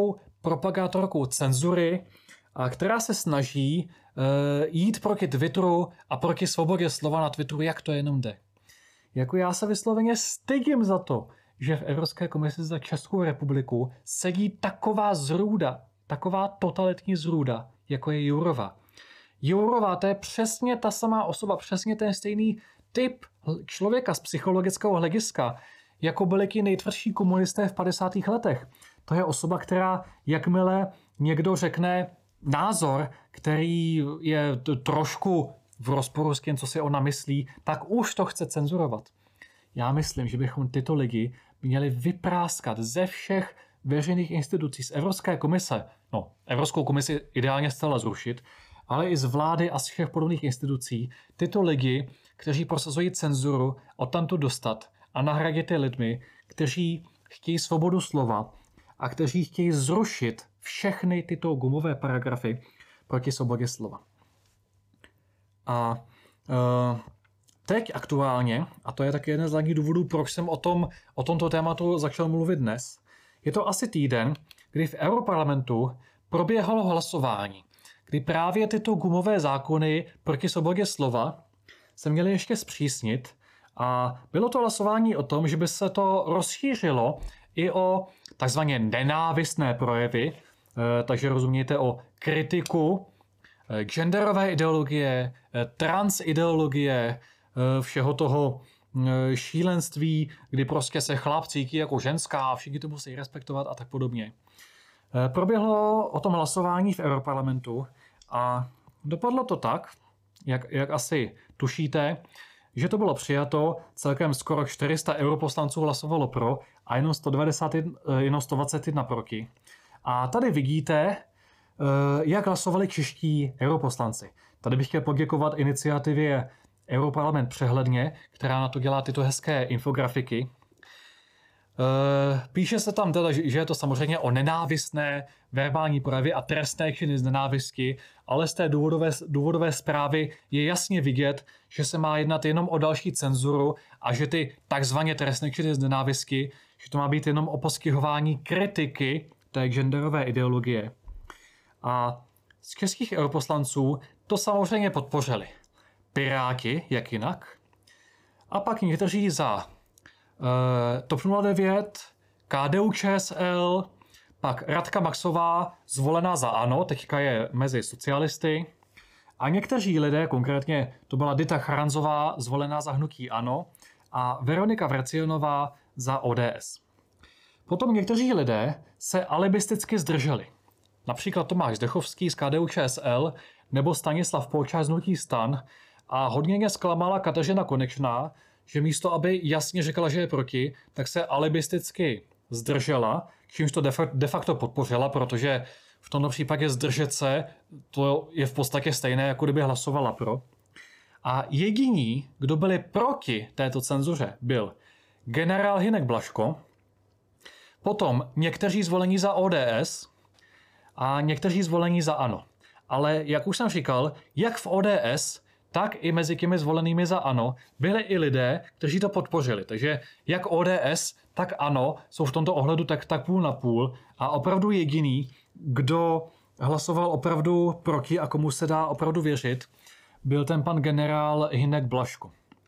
propagátorkou cenzury, a která se snaží uh, jít proti Twitteru a proti svobodě slova na Twitteru, jak to jenom jde. Jako já se vysloveně stydím za to, že v Evropské komisi za Českou republiku sedí taková zrůda, taková totalitní zrůda, jako je Jourová. Jourová, to je přesně ta samá osoba, přesně ten stejný typ člověka z psychologického hlediska, jako byli ti nejtvrdší komunisté v padesátých letech. To je osoba, která, jakmile někdo řekne názor, který je trošku v rozporu s tím, co si ona myslí, tak už to chce cenzurovat. Já myslím, že bychom tyto lidi měli vypráskat ze všech veřejných institucí, z Evropské komise, no, Evropskou komisi ideálně zcela zrušit, ale i z vlády a z všech podobných institucí, tyto lidi, kteří prosazují cenzuru, odtamtud dostat a nahradit je lidmi, kteří chtějí svobodu slova a kteří chtějí zrušit všechny tyto gumové paragrafy proti svobodě slova. A uh, teď aktuálně, a to je taky jeden z hlavních důvodů, proč jsem o, tom, o tomto tématu začal mluvit dnes, je to asi týden, kdy v Europarlamentu proběhalo hlasování, kdy právě tyto gumové zákony proti svobodě slova se měly ještě zpřísnit a bylo to hlasování o tom, že by se to rozšířilo i o takzvaně nenávistné projevy, takže rozumějte o kritiku genderové ideologie, transideologie, všeho toho šílenství, kdy prostě se chlap cítí jako ženská a všichni to musí respektovat a tak podobně. Proběhlo o tom hlasování v Europarlamentu a dopadlo to tak, jak, jak asi tušíte, že to bylo přijato, celkem skoro čtyři sta europoslanců hlasovalo pro a jenom, sto devadesát jedna, jenom sto dvacet jedna proti. A tady vidíte, jak hlasovali čeští europoslanci. Tady bych chtěl poděkovat iniciativě Europarlament přehledně, která na to dělá tyto hezké infografiky. Píše se tam teda, že je to samozřejmě o nenávistné verbální projevy a trestné činy z nenávisti, ale z té důvodové, důvodové zprávy je jasně vidět, že se má jednat jenom o další cenzuru a že ty takzvaně trestné činy z nenávisti, že to má být jenom o postihování kritiky té genderové ideologie. A z českých europoslanců to samozřejmě podpořili. Piráti, jak jinak. A pak někteří za uh, TOP nula devět, K D U Č S L, pak Radka Maxová, zvolená za ANO, teďka je mezi socialisty. A někteří lidé, konkrétně to byla Dita Charanzová, zvolená za hnutí ANO, a Veronika Vrecionová za O D S. Potom někteří lidé se alibisticky zdrželi. Například Tomáš Zdechovský z K D U Č S L nebo Stanislav Polčák z hnutí STAN a hodně mě zklamala Kateřina Konečná, že místo, aby jasně řekla, že je proti, tak se alibisticky zdržela, čímž to de facto podpořila, protože v tomto případě zdržet se, to je v podstatě stejné, jako kdyby hlasovala pro. A jediní, kdo byli proti této cenzuře, byl generál Hynek Blažko, potom někteří zvolení za O D S a někteří zvolení za ANO. Ale jak už jsem říkal, jak v O D S, tak i mezi těmi zvolenými za ANO byli i lidé, kteří to podpořili. Takže jak O D S, tak ANO jsou v tomto ohledu tak, tak půl na půl a opravdu jediný, kdo hlasoval opravdu proti a komu se dá opravdu věřit, byl ten pan generál Hynek Blažko.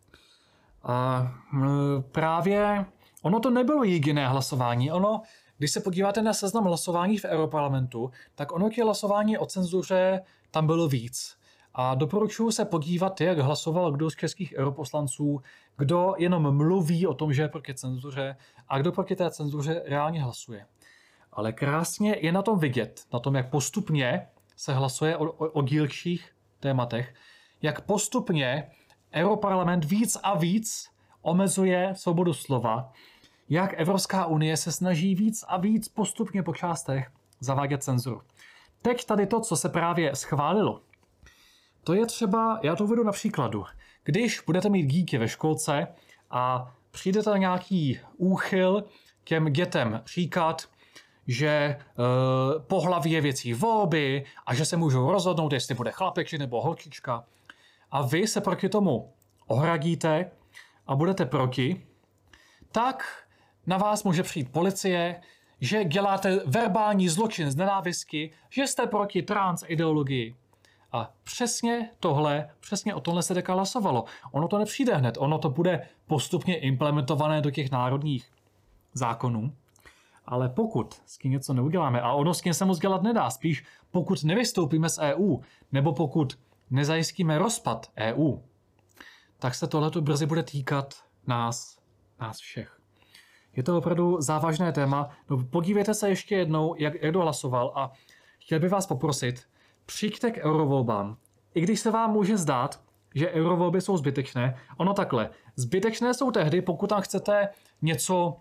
A právě ono to nebylo jediné hlasování. Ono, když se podíváte na seznam hlasování v Europarlamentu, tak ono těch hlasování o cenzuře tam bylo víc. A doporučuji se podívat, jak hlasoval kdo z českých europoslanců, kdo jenom mluví o tom, že je proti cenzuře a kdo proti té cenzuře reálně hlasuje. Ale krásně je na tom vidět, na tom, jak postupně se hlasuje o, o, o dílčích tématech, jak postupně Europarlament víc a víc omezuje svobodu slova, jak Evropská unie se snaží víc a víc postupně po částech zavádět cenzuru. Teď tady to, co se právě schválilo, to je třeba, já to uvedu na příkladu. Když budete mít dítě ve školce a přijdete na nějaký úchyl těm dětem říkat, že e, pohlaví je věcí volby a že se můžou rozhodnout, jestli bude chlapeček nebo holčička, a vy se proti tomu ohradíte a budete proti, tak na vás může přijít policie, že děláte verbální zločin z nenávistky, že jste proti trans ideologii. A přesně tohle, přesně o tohle se teďka hlasovalo. Ono to nepřijde hned, ono to bude postupně implementované do těch národních zákonů. Ale pokud s tím něco neuděláme, a ono s tím se moc dělat nedá, spíš pokud nevystoupíme z E U, nebo pokud nezajistíme rozpad E U, tak se tohleto brzy bude týkat nás, nás všech. Je to opravdu závažné téma. No, podívejte se ještě jednou, jak, jak kdo hlasoval a chtěl bych vás poprosit, přijďte k eurovolbám. I když se vám může zdát, že eurovolby jsou zbytečné, ono takhle. Zbytečné jsou tehdy, pokud tam chcete něco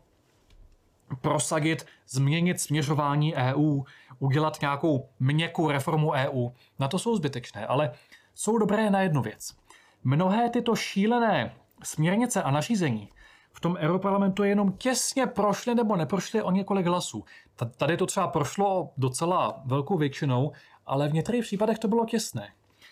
prosadit, změnit směřování E U, udělat nějakou měkkou reformu E U. Na to jsou zbytečné, ale jsou dobré na jednu věc. Mnohé tyto šílené směrnice a nařízení v tom Europarlamentu jenom těsně prošly nebo neprošly o několik hlasů. Tady to třeba prošlo docela velkou většinou, ale v některých případech to bylo těsné.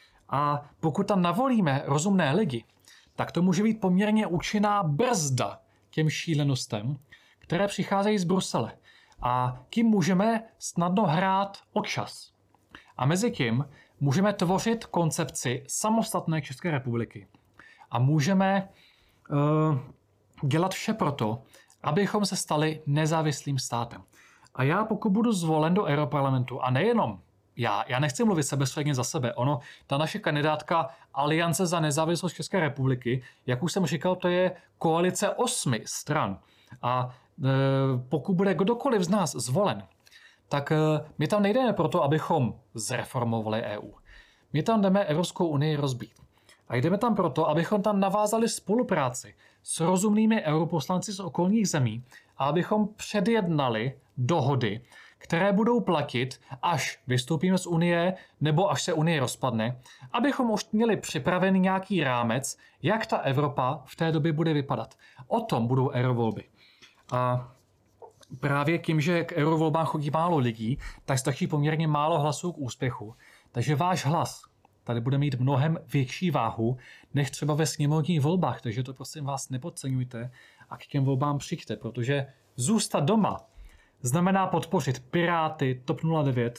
A pokud tam navolíme rozumné lidi, tak to může být poměrně účinná brzda těm šílenostem, které přicházejí z Brusele. A tím můžeme snadno hrát o čas. A mezi tím můžeme tvořit koncepci samostatné České republiky. A můžeme uh, dělat vše proto, abychom se stali nezávislým státem. A já, pokud budu zvolen do Europarlamentu, a nejenom já, já nechci mluvit sebestředně za sebe, ono, ta naše kandidátka Aliance za nezávislost České republiky, jak už jsem říkal, to je koalice osmi stran. A e, pokud bude kdokoliv z nás zvolen, tak e, my tam nejdeme proto, abychom zreformovali E U. My tam jdeme Evropskou unii rozbít. A jdeme tam proto, abychom tam navázali spolupráci s rozumnými europoslanci z okolních zemí a abychom předjednali dohody, které budou platit, až vystoupíme z Unie nebo až se Unie rozpadne, abychom už měli připravený nějaký rámec, jak ta Evropa v té době bude vypadat. O tom budou eurovolby. A právě tím, že k eurovolbám chodí málo lidí, tak stačí poměrně málo hlasů k úspěchu. Takže váš hlas tady bude mít mnohem větší váhu, než třeba ve sněmovních volbách. Takže to prosím vás nepodceňujte a k těm volbám přijďte, protože zůstat doma znamená podpořit Piráty, TOP nula devět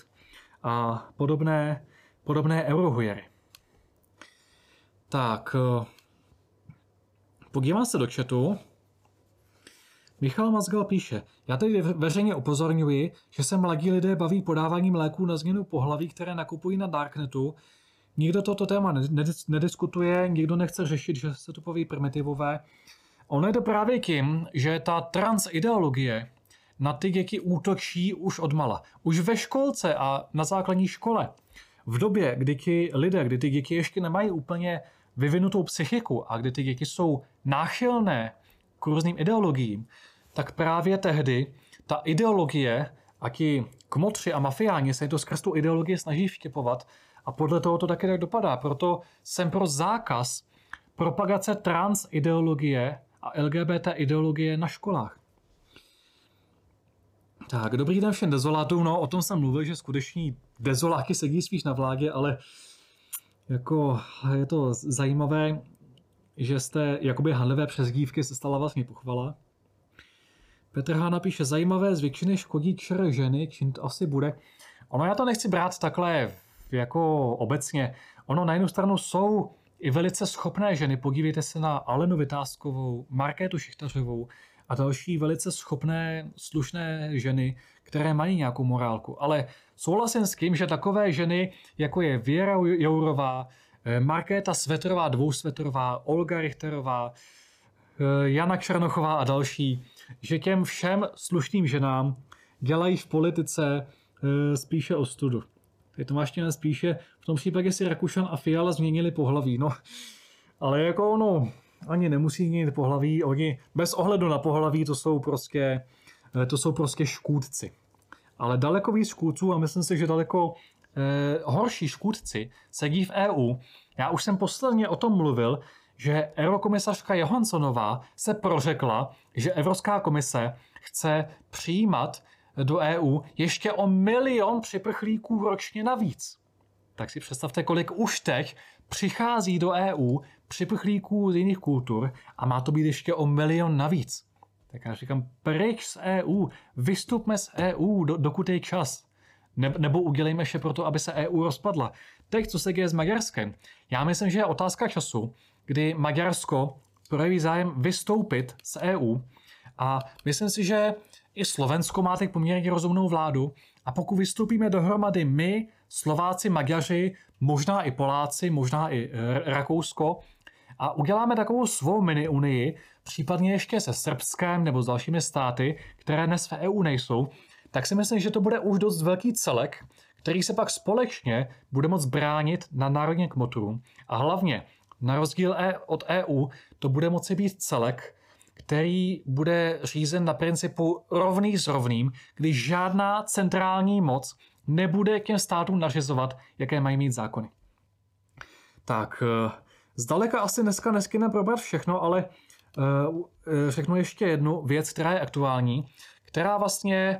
a podobné, podobné eurohujery. Tak, podívám se do chatu. Michal Mazgal píše, já tady veřejně upozorňuji, že se mladí lidé baví podáváním léků na změnu pohlaví, které nakupují na Darknetu. Nikdo toto téma nediskutuje, nikdo nechce řešit, že se to poví primitivové. Ono je to právě tím, že ta trans ideologie na ty děti útočí už odmala. Už ve školce a na základní škole. V době, kdy ti lidé, kdy ty děti ještě nemají úplně vyvinutou psychiku a kdy ty děti jsou náchylné k různým ideologiím, tak právě tehdy ta ideologie a ti kmotři a mafiáni se to skrz tu ideologii snaží vštěpovat a podle toho to taky tak dopadá. Proto jsem pro zákaz propagace trans ideologie a L G B T ideologie na školách. Tak, dobrý den všem dezolátům, no o tom jsem mluvil, že skuteční dezoláky sedí spíš na vládě, ale jako je to zajímavé, že jste jakoby handlivé přezdívky se stala vlastně pochvala. Petr Hána píše, zajímavé, z většiny škodí čr ženy, čím to asi bude. Ono já to nechci brát takhle jako obecně. Ono na jednu stranu jsou i velice schopné ženy, podívejte se na Alenu Vytázkovou, Markétu Šichtařovou a další velice schopné, slušné ženy, které mají nějakou morálku. Ale souhlasím s tím, že takové ženy, jako je Věra Jourová, Markéta Svetrová, Dvousvetrová, Olga Richterová, Jana Černochová a další, že těm všem slušným ženám dělají v politice spíše ostudu. Tady Tomáš Těnec spíše, v tom případě si Rakušan a Fiala změnili pohlaví. No, ale jako ono, ani nemusí změnit pohlaví, oni bez ohledu na pohlaví to jsou prostě, to jsou prostě škůdci. Ale daleko víc škůdců a myslím si, že daleko eh, horší škůdci sedí v E U. Já už jsem posledně o tom mluvil, že eurokomisařka Johanssonová se prořekla, že Evropská komise chce přijímat do E U ještě o milion připrchlíků ročně navíc. Tak si představte, kolik už teď přichází do E U připrchlíků z jiných kultur a má to být ještě o milion navíc. Tak já říkám, pryč z E U, vystupme z E U, do, dokud je čas. Ne, nebo udělejme vše pro to, aby se E U rozpadla. Teď, co se děje s Maďarskem, já myslím, že je otázka času, kdy Maďarsko projeví zájem vystoupit z E U a myslím si, že i Slovensko má teď poměrně rozumnou vládu a pokud vystoupíme dohromady my, Slováci, Maďaři, možná i Poláci, možná i Rakousko a uděláme takovou svou mini unii, případně ještě se Srbskem nebo s dalšími státy, které dnes v E U nejsou, tak si myslím, že to bude už dost velký celek, který se pak společně bude moct bránit na národním kmotu a hlavně na rozdíl od E U to bude moci být celek, který bude řízen na principu rovný s rovným, kdy žádná centrální moc nebude k těm státům nařizovat, jaké mají mít zákony. Tak, zdaleka asi dneska neskyneme probrat všechno, ale řeknu ještě jednu věc, která je aktuální, která vlastně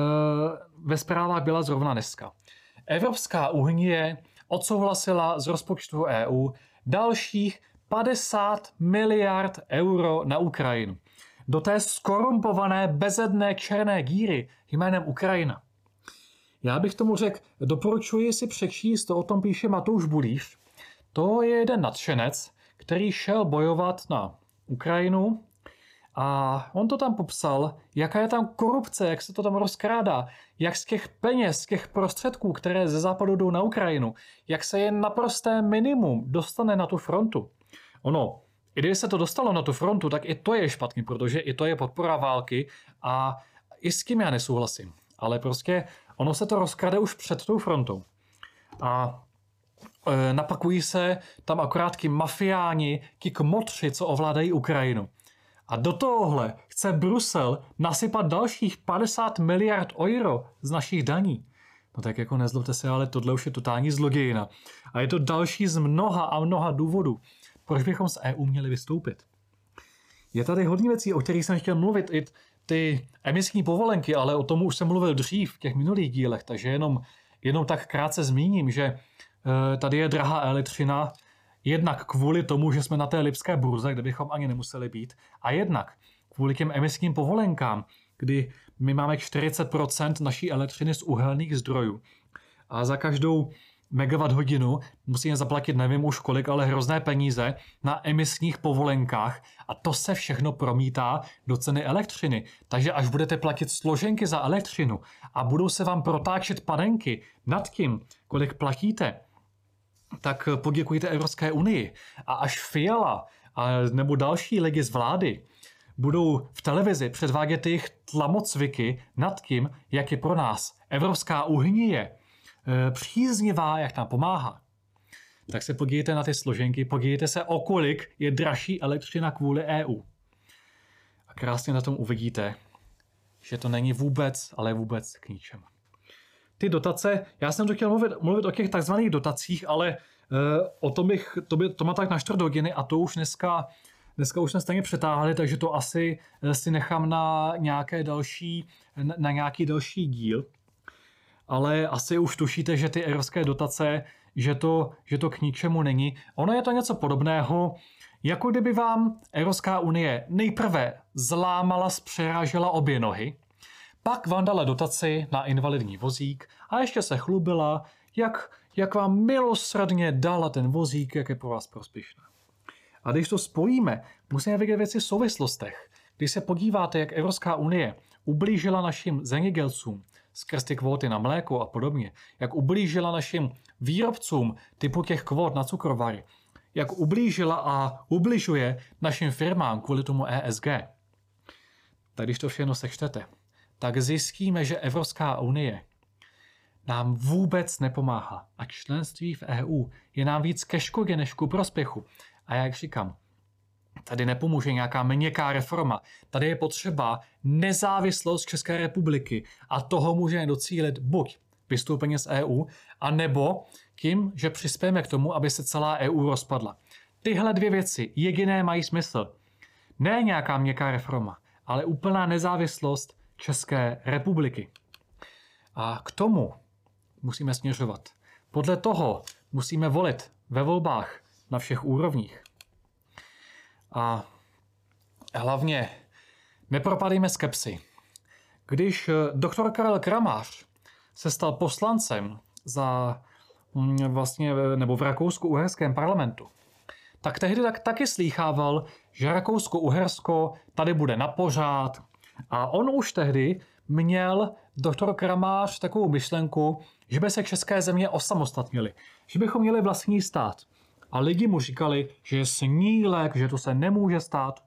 ve zprávách byla zrovna dneska. Evropská unie odsouhlasila z rozpočtu E U dalších padesát miliard euro na Ukrajinu. Do té skorumpované, bezedné černé díry jménem Ukrajina. Já bych tomu řekl, doporučuji si přečíst, to o tom píše Matouš Bulíř. To je jeden nadšenec, který šel bojovat na Ukrajinu a on to tam popsal, jaká je tam korupce, jak se to tam rozkrádá, jak z těch peněz, z těch prostředků, které ze západu jdou na Ukrajinu, jak se jen naprosté minimum dostane na tu frontu. Ono, i kdyby se to dostalo na tu frontu, tak i to je špatný, protože i to je podpora války a i s tím já nesouhlasím. Ale prostě ono se to rozkrade už před tou frontou. A e, napakují se tam akorát ti mafiáni, ti kmotři, co ovládají Ukrajinu. A do tohohle chce Brusel nasypat dalších padesát miliard euro z našich daní. No tak jako nezlobte se, ale tohle už je totální zlodějina. A je to další z mnoha a mnoha důvodů, proč bychom z E U měli vystoupit. Je tady hodně věcí, o kterých jsem chtěl mluvit, i ty emisní povolenky, ale o tom už jsem mluvil dřív v těch minulých dílech, takže jenom, jenom tak krátce zmíním, že tady je drahá elektřina, jednak kvůli tomu, že jsme na té lipské burze, kde bychom ani nemuseli být, a jednak kvůli těm emisním povolenkám, kdy my máme čtyřicet procent naší elektřiny z uhelných zdrojů. A za každou megawatt hodinu musíme zaplatit nevím už kolik, ale hrozné peníze na emisních povolenkách a to se všechno promítá do ceny elektřiny. Takže až budete platit složenky za elektřinu a budou se vám protáčet panenky nad tím, kolik platíte, tak poděkujte Evropské unii. A až Fiala a nebo další lidi z vlády budou v televizi předvádět jejich tlamocviky nad tím, jak je pro nás Evropská unie příznivá, jak nám pomáhá, tak se podívejte na ty složenky, podívejte se, o kolik je dražší elektřina kvůli E U. A krásně na tom uvidíte, že to není vůbec, ale vůbec k ničemu. Ty dotace, já jsem to chtěl mluvit, mluvit o těch takzvaných dotacích, ale uh, o tom bych, to, by, to má tak na čtvrt hodiny a to už dneska, dneska už jsme stejně přetáhli, takže to asi si nechám na nějaké další, na, na nějaký další díl. Ale asi už tušíte, že ty evropské dotace, že to, že to k ničemu není. Ono je to něco podobného, jako kdyby vám Evropská unie nejprve zlámala, zpřerážela obě nohy, pak vám dala dotaci na invalidní vozík a ještě se chlubila, jak, jak vám milosrdně dala ten vozík, jak je pro vás prospěšná. A když to spojíme, musíme vidět věci v souvislostech. Když se podíváte, jak Evropská unie ublížila našim zemědělcům skrz ty kvóty na mléko a podobně, jak ublížila našim výrobcům typu těch kvót na cukrovary, jak ublížila a ubližuje našim firmám kvůli tomu E S G, tak když to všechno sečtete, tak zjistíme, že Evropská unie nám vůbec nepomáhá a členství v E U je nám víc ke škodě než ku prospěchu. A jak říkám, tady nepomůže nějaká měkká reforma. Tady je potřeba nezávislost České republiky a toho může docílit buď vystoupení z E U, anebo tím, že přispějeme k tomu, aby se celá E U rozpadla. Tyhle dvě věci jediné mají smysl. Ne nějaká měkká reforma, ale úplná nezávislost České republiky. A k tomu musíme směřovat. Podle toho musíme volit ve volbách na všech úrovních. A hlavně Nepropadejme skepsi. Když doktor Karel Kramář se stal poslancem za vlastně, nebo v Rakousku-Uherském parlamentu, tak tehdy tak, taky slýchával, že Rakousko-Uhersko tady bude na pořád. A on už tehdy měl doktor Kramář takovou myšlenku, že by se české země osamostatnily, že bychom měli vlastní stát. A lidi mu říkali, že je snílek, že to se nemůže stát.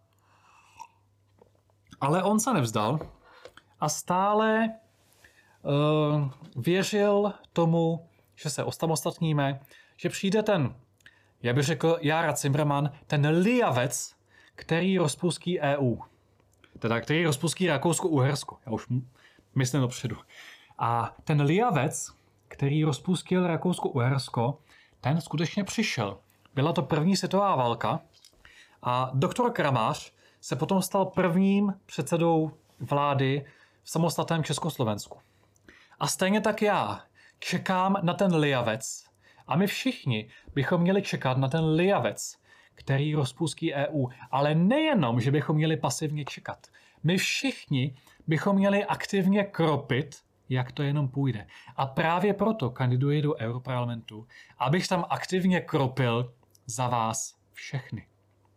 Ale on se nevzdal a stále uh, věřil tomu, že se osamostatníme, že přijde ten, já bych řekl Jára Cimrman, ten lijavec, který rozpustí E U. Teda který rozpustí Rakousko-Uhersko. Já už myslím dopředu. A ten lijavec, který rozpustil Rakousko-Uhersko, ten skutečně přišel. Byla to první světová válka a doktor Kramář se potom stal prvním předsedou vlády v samostatném Československu. A stejně tak já čekám na ten lijavec. A my všichni bychom měli čekat na ten lijavec, který rozpustí E U. Ale nejenom, že bychom měli pasivně čekat. My všichni bychom měli aktivně kropit, jak to jenom půjde. A právě proto kandiduji do Europarlamentu, abych tam aktivně kropil za vás všechny.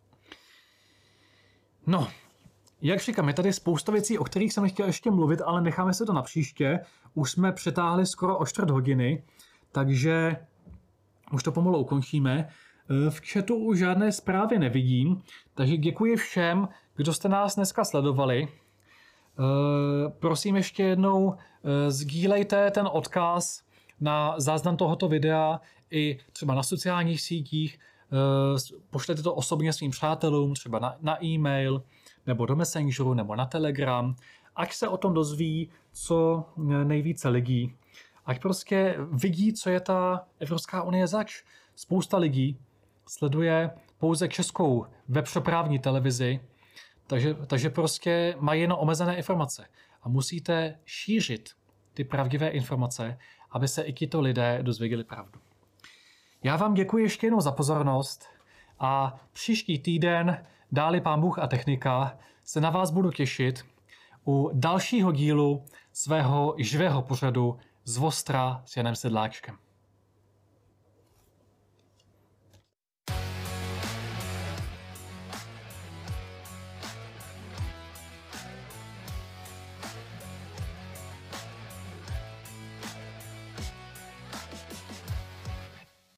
No, jak říkám, je tady spousta věcí, o kterých jsem chtěl ještě mluvit, ale necháme se to na příště. Už jsme přetáhli skoro o čtvrt hodiny, takže už to pomalu ukončíme. V chatu už žádné zprávy nevidím, takže děkuji všem, kdo jste nás dneska sledovali. Prosím ještě jednou, sdílejte ten odkaz na záznam tohoto videa i třeba na sociálních sítích, pošlete to osobně svým přátelům, třeba na, na e-mail, nebo do Messengeru, nebo na Telegram, ať se o tom dozví co nejvíce lidí. Ať prostě vidí, co je ta Evropská unie zač. Spousta lidí sleduje pouze českou webshopprávní televizi, takže, takže prostě mají jenom omezené informace. A musíte šířit ty pravdivé informace, aby se i tito lidé dozvěděli pravdu. Já vám děkuji ještě jednou za pozornost a příští týden, dáli Pán Bůh a technika, se na vás budu těšit u dalšího dílu svého živého pořadu Z Ostra s Janem Sedláčkem.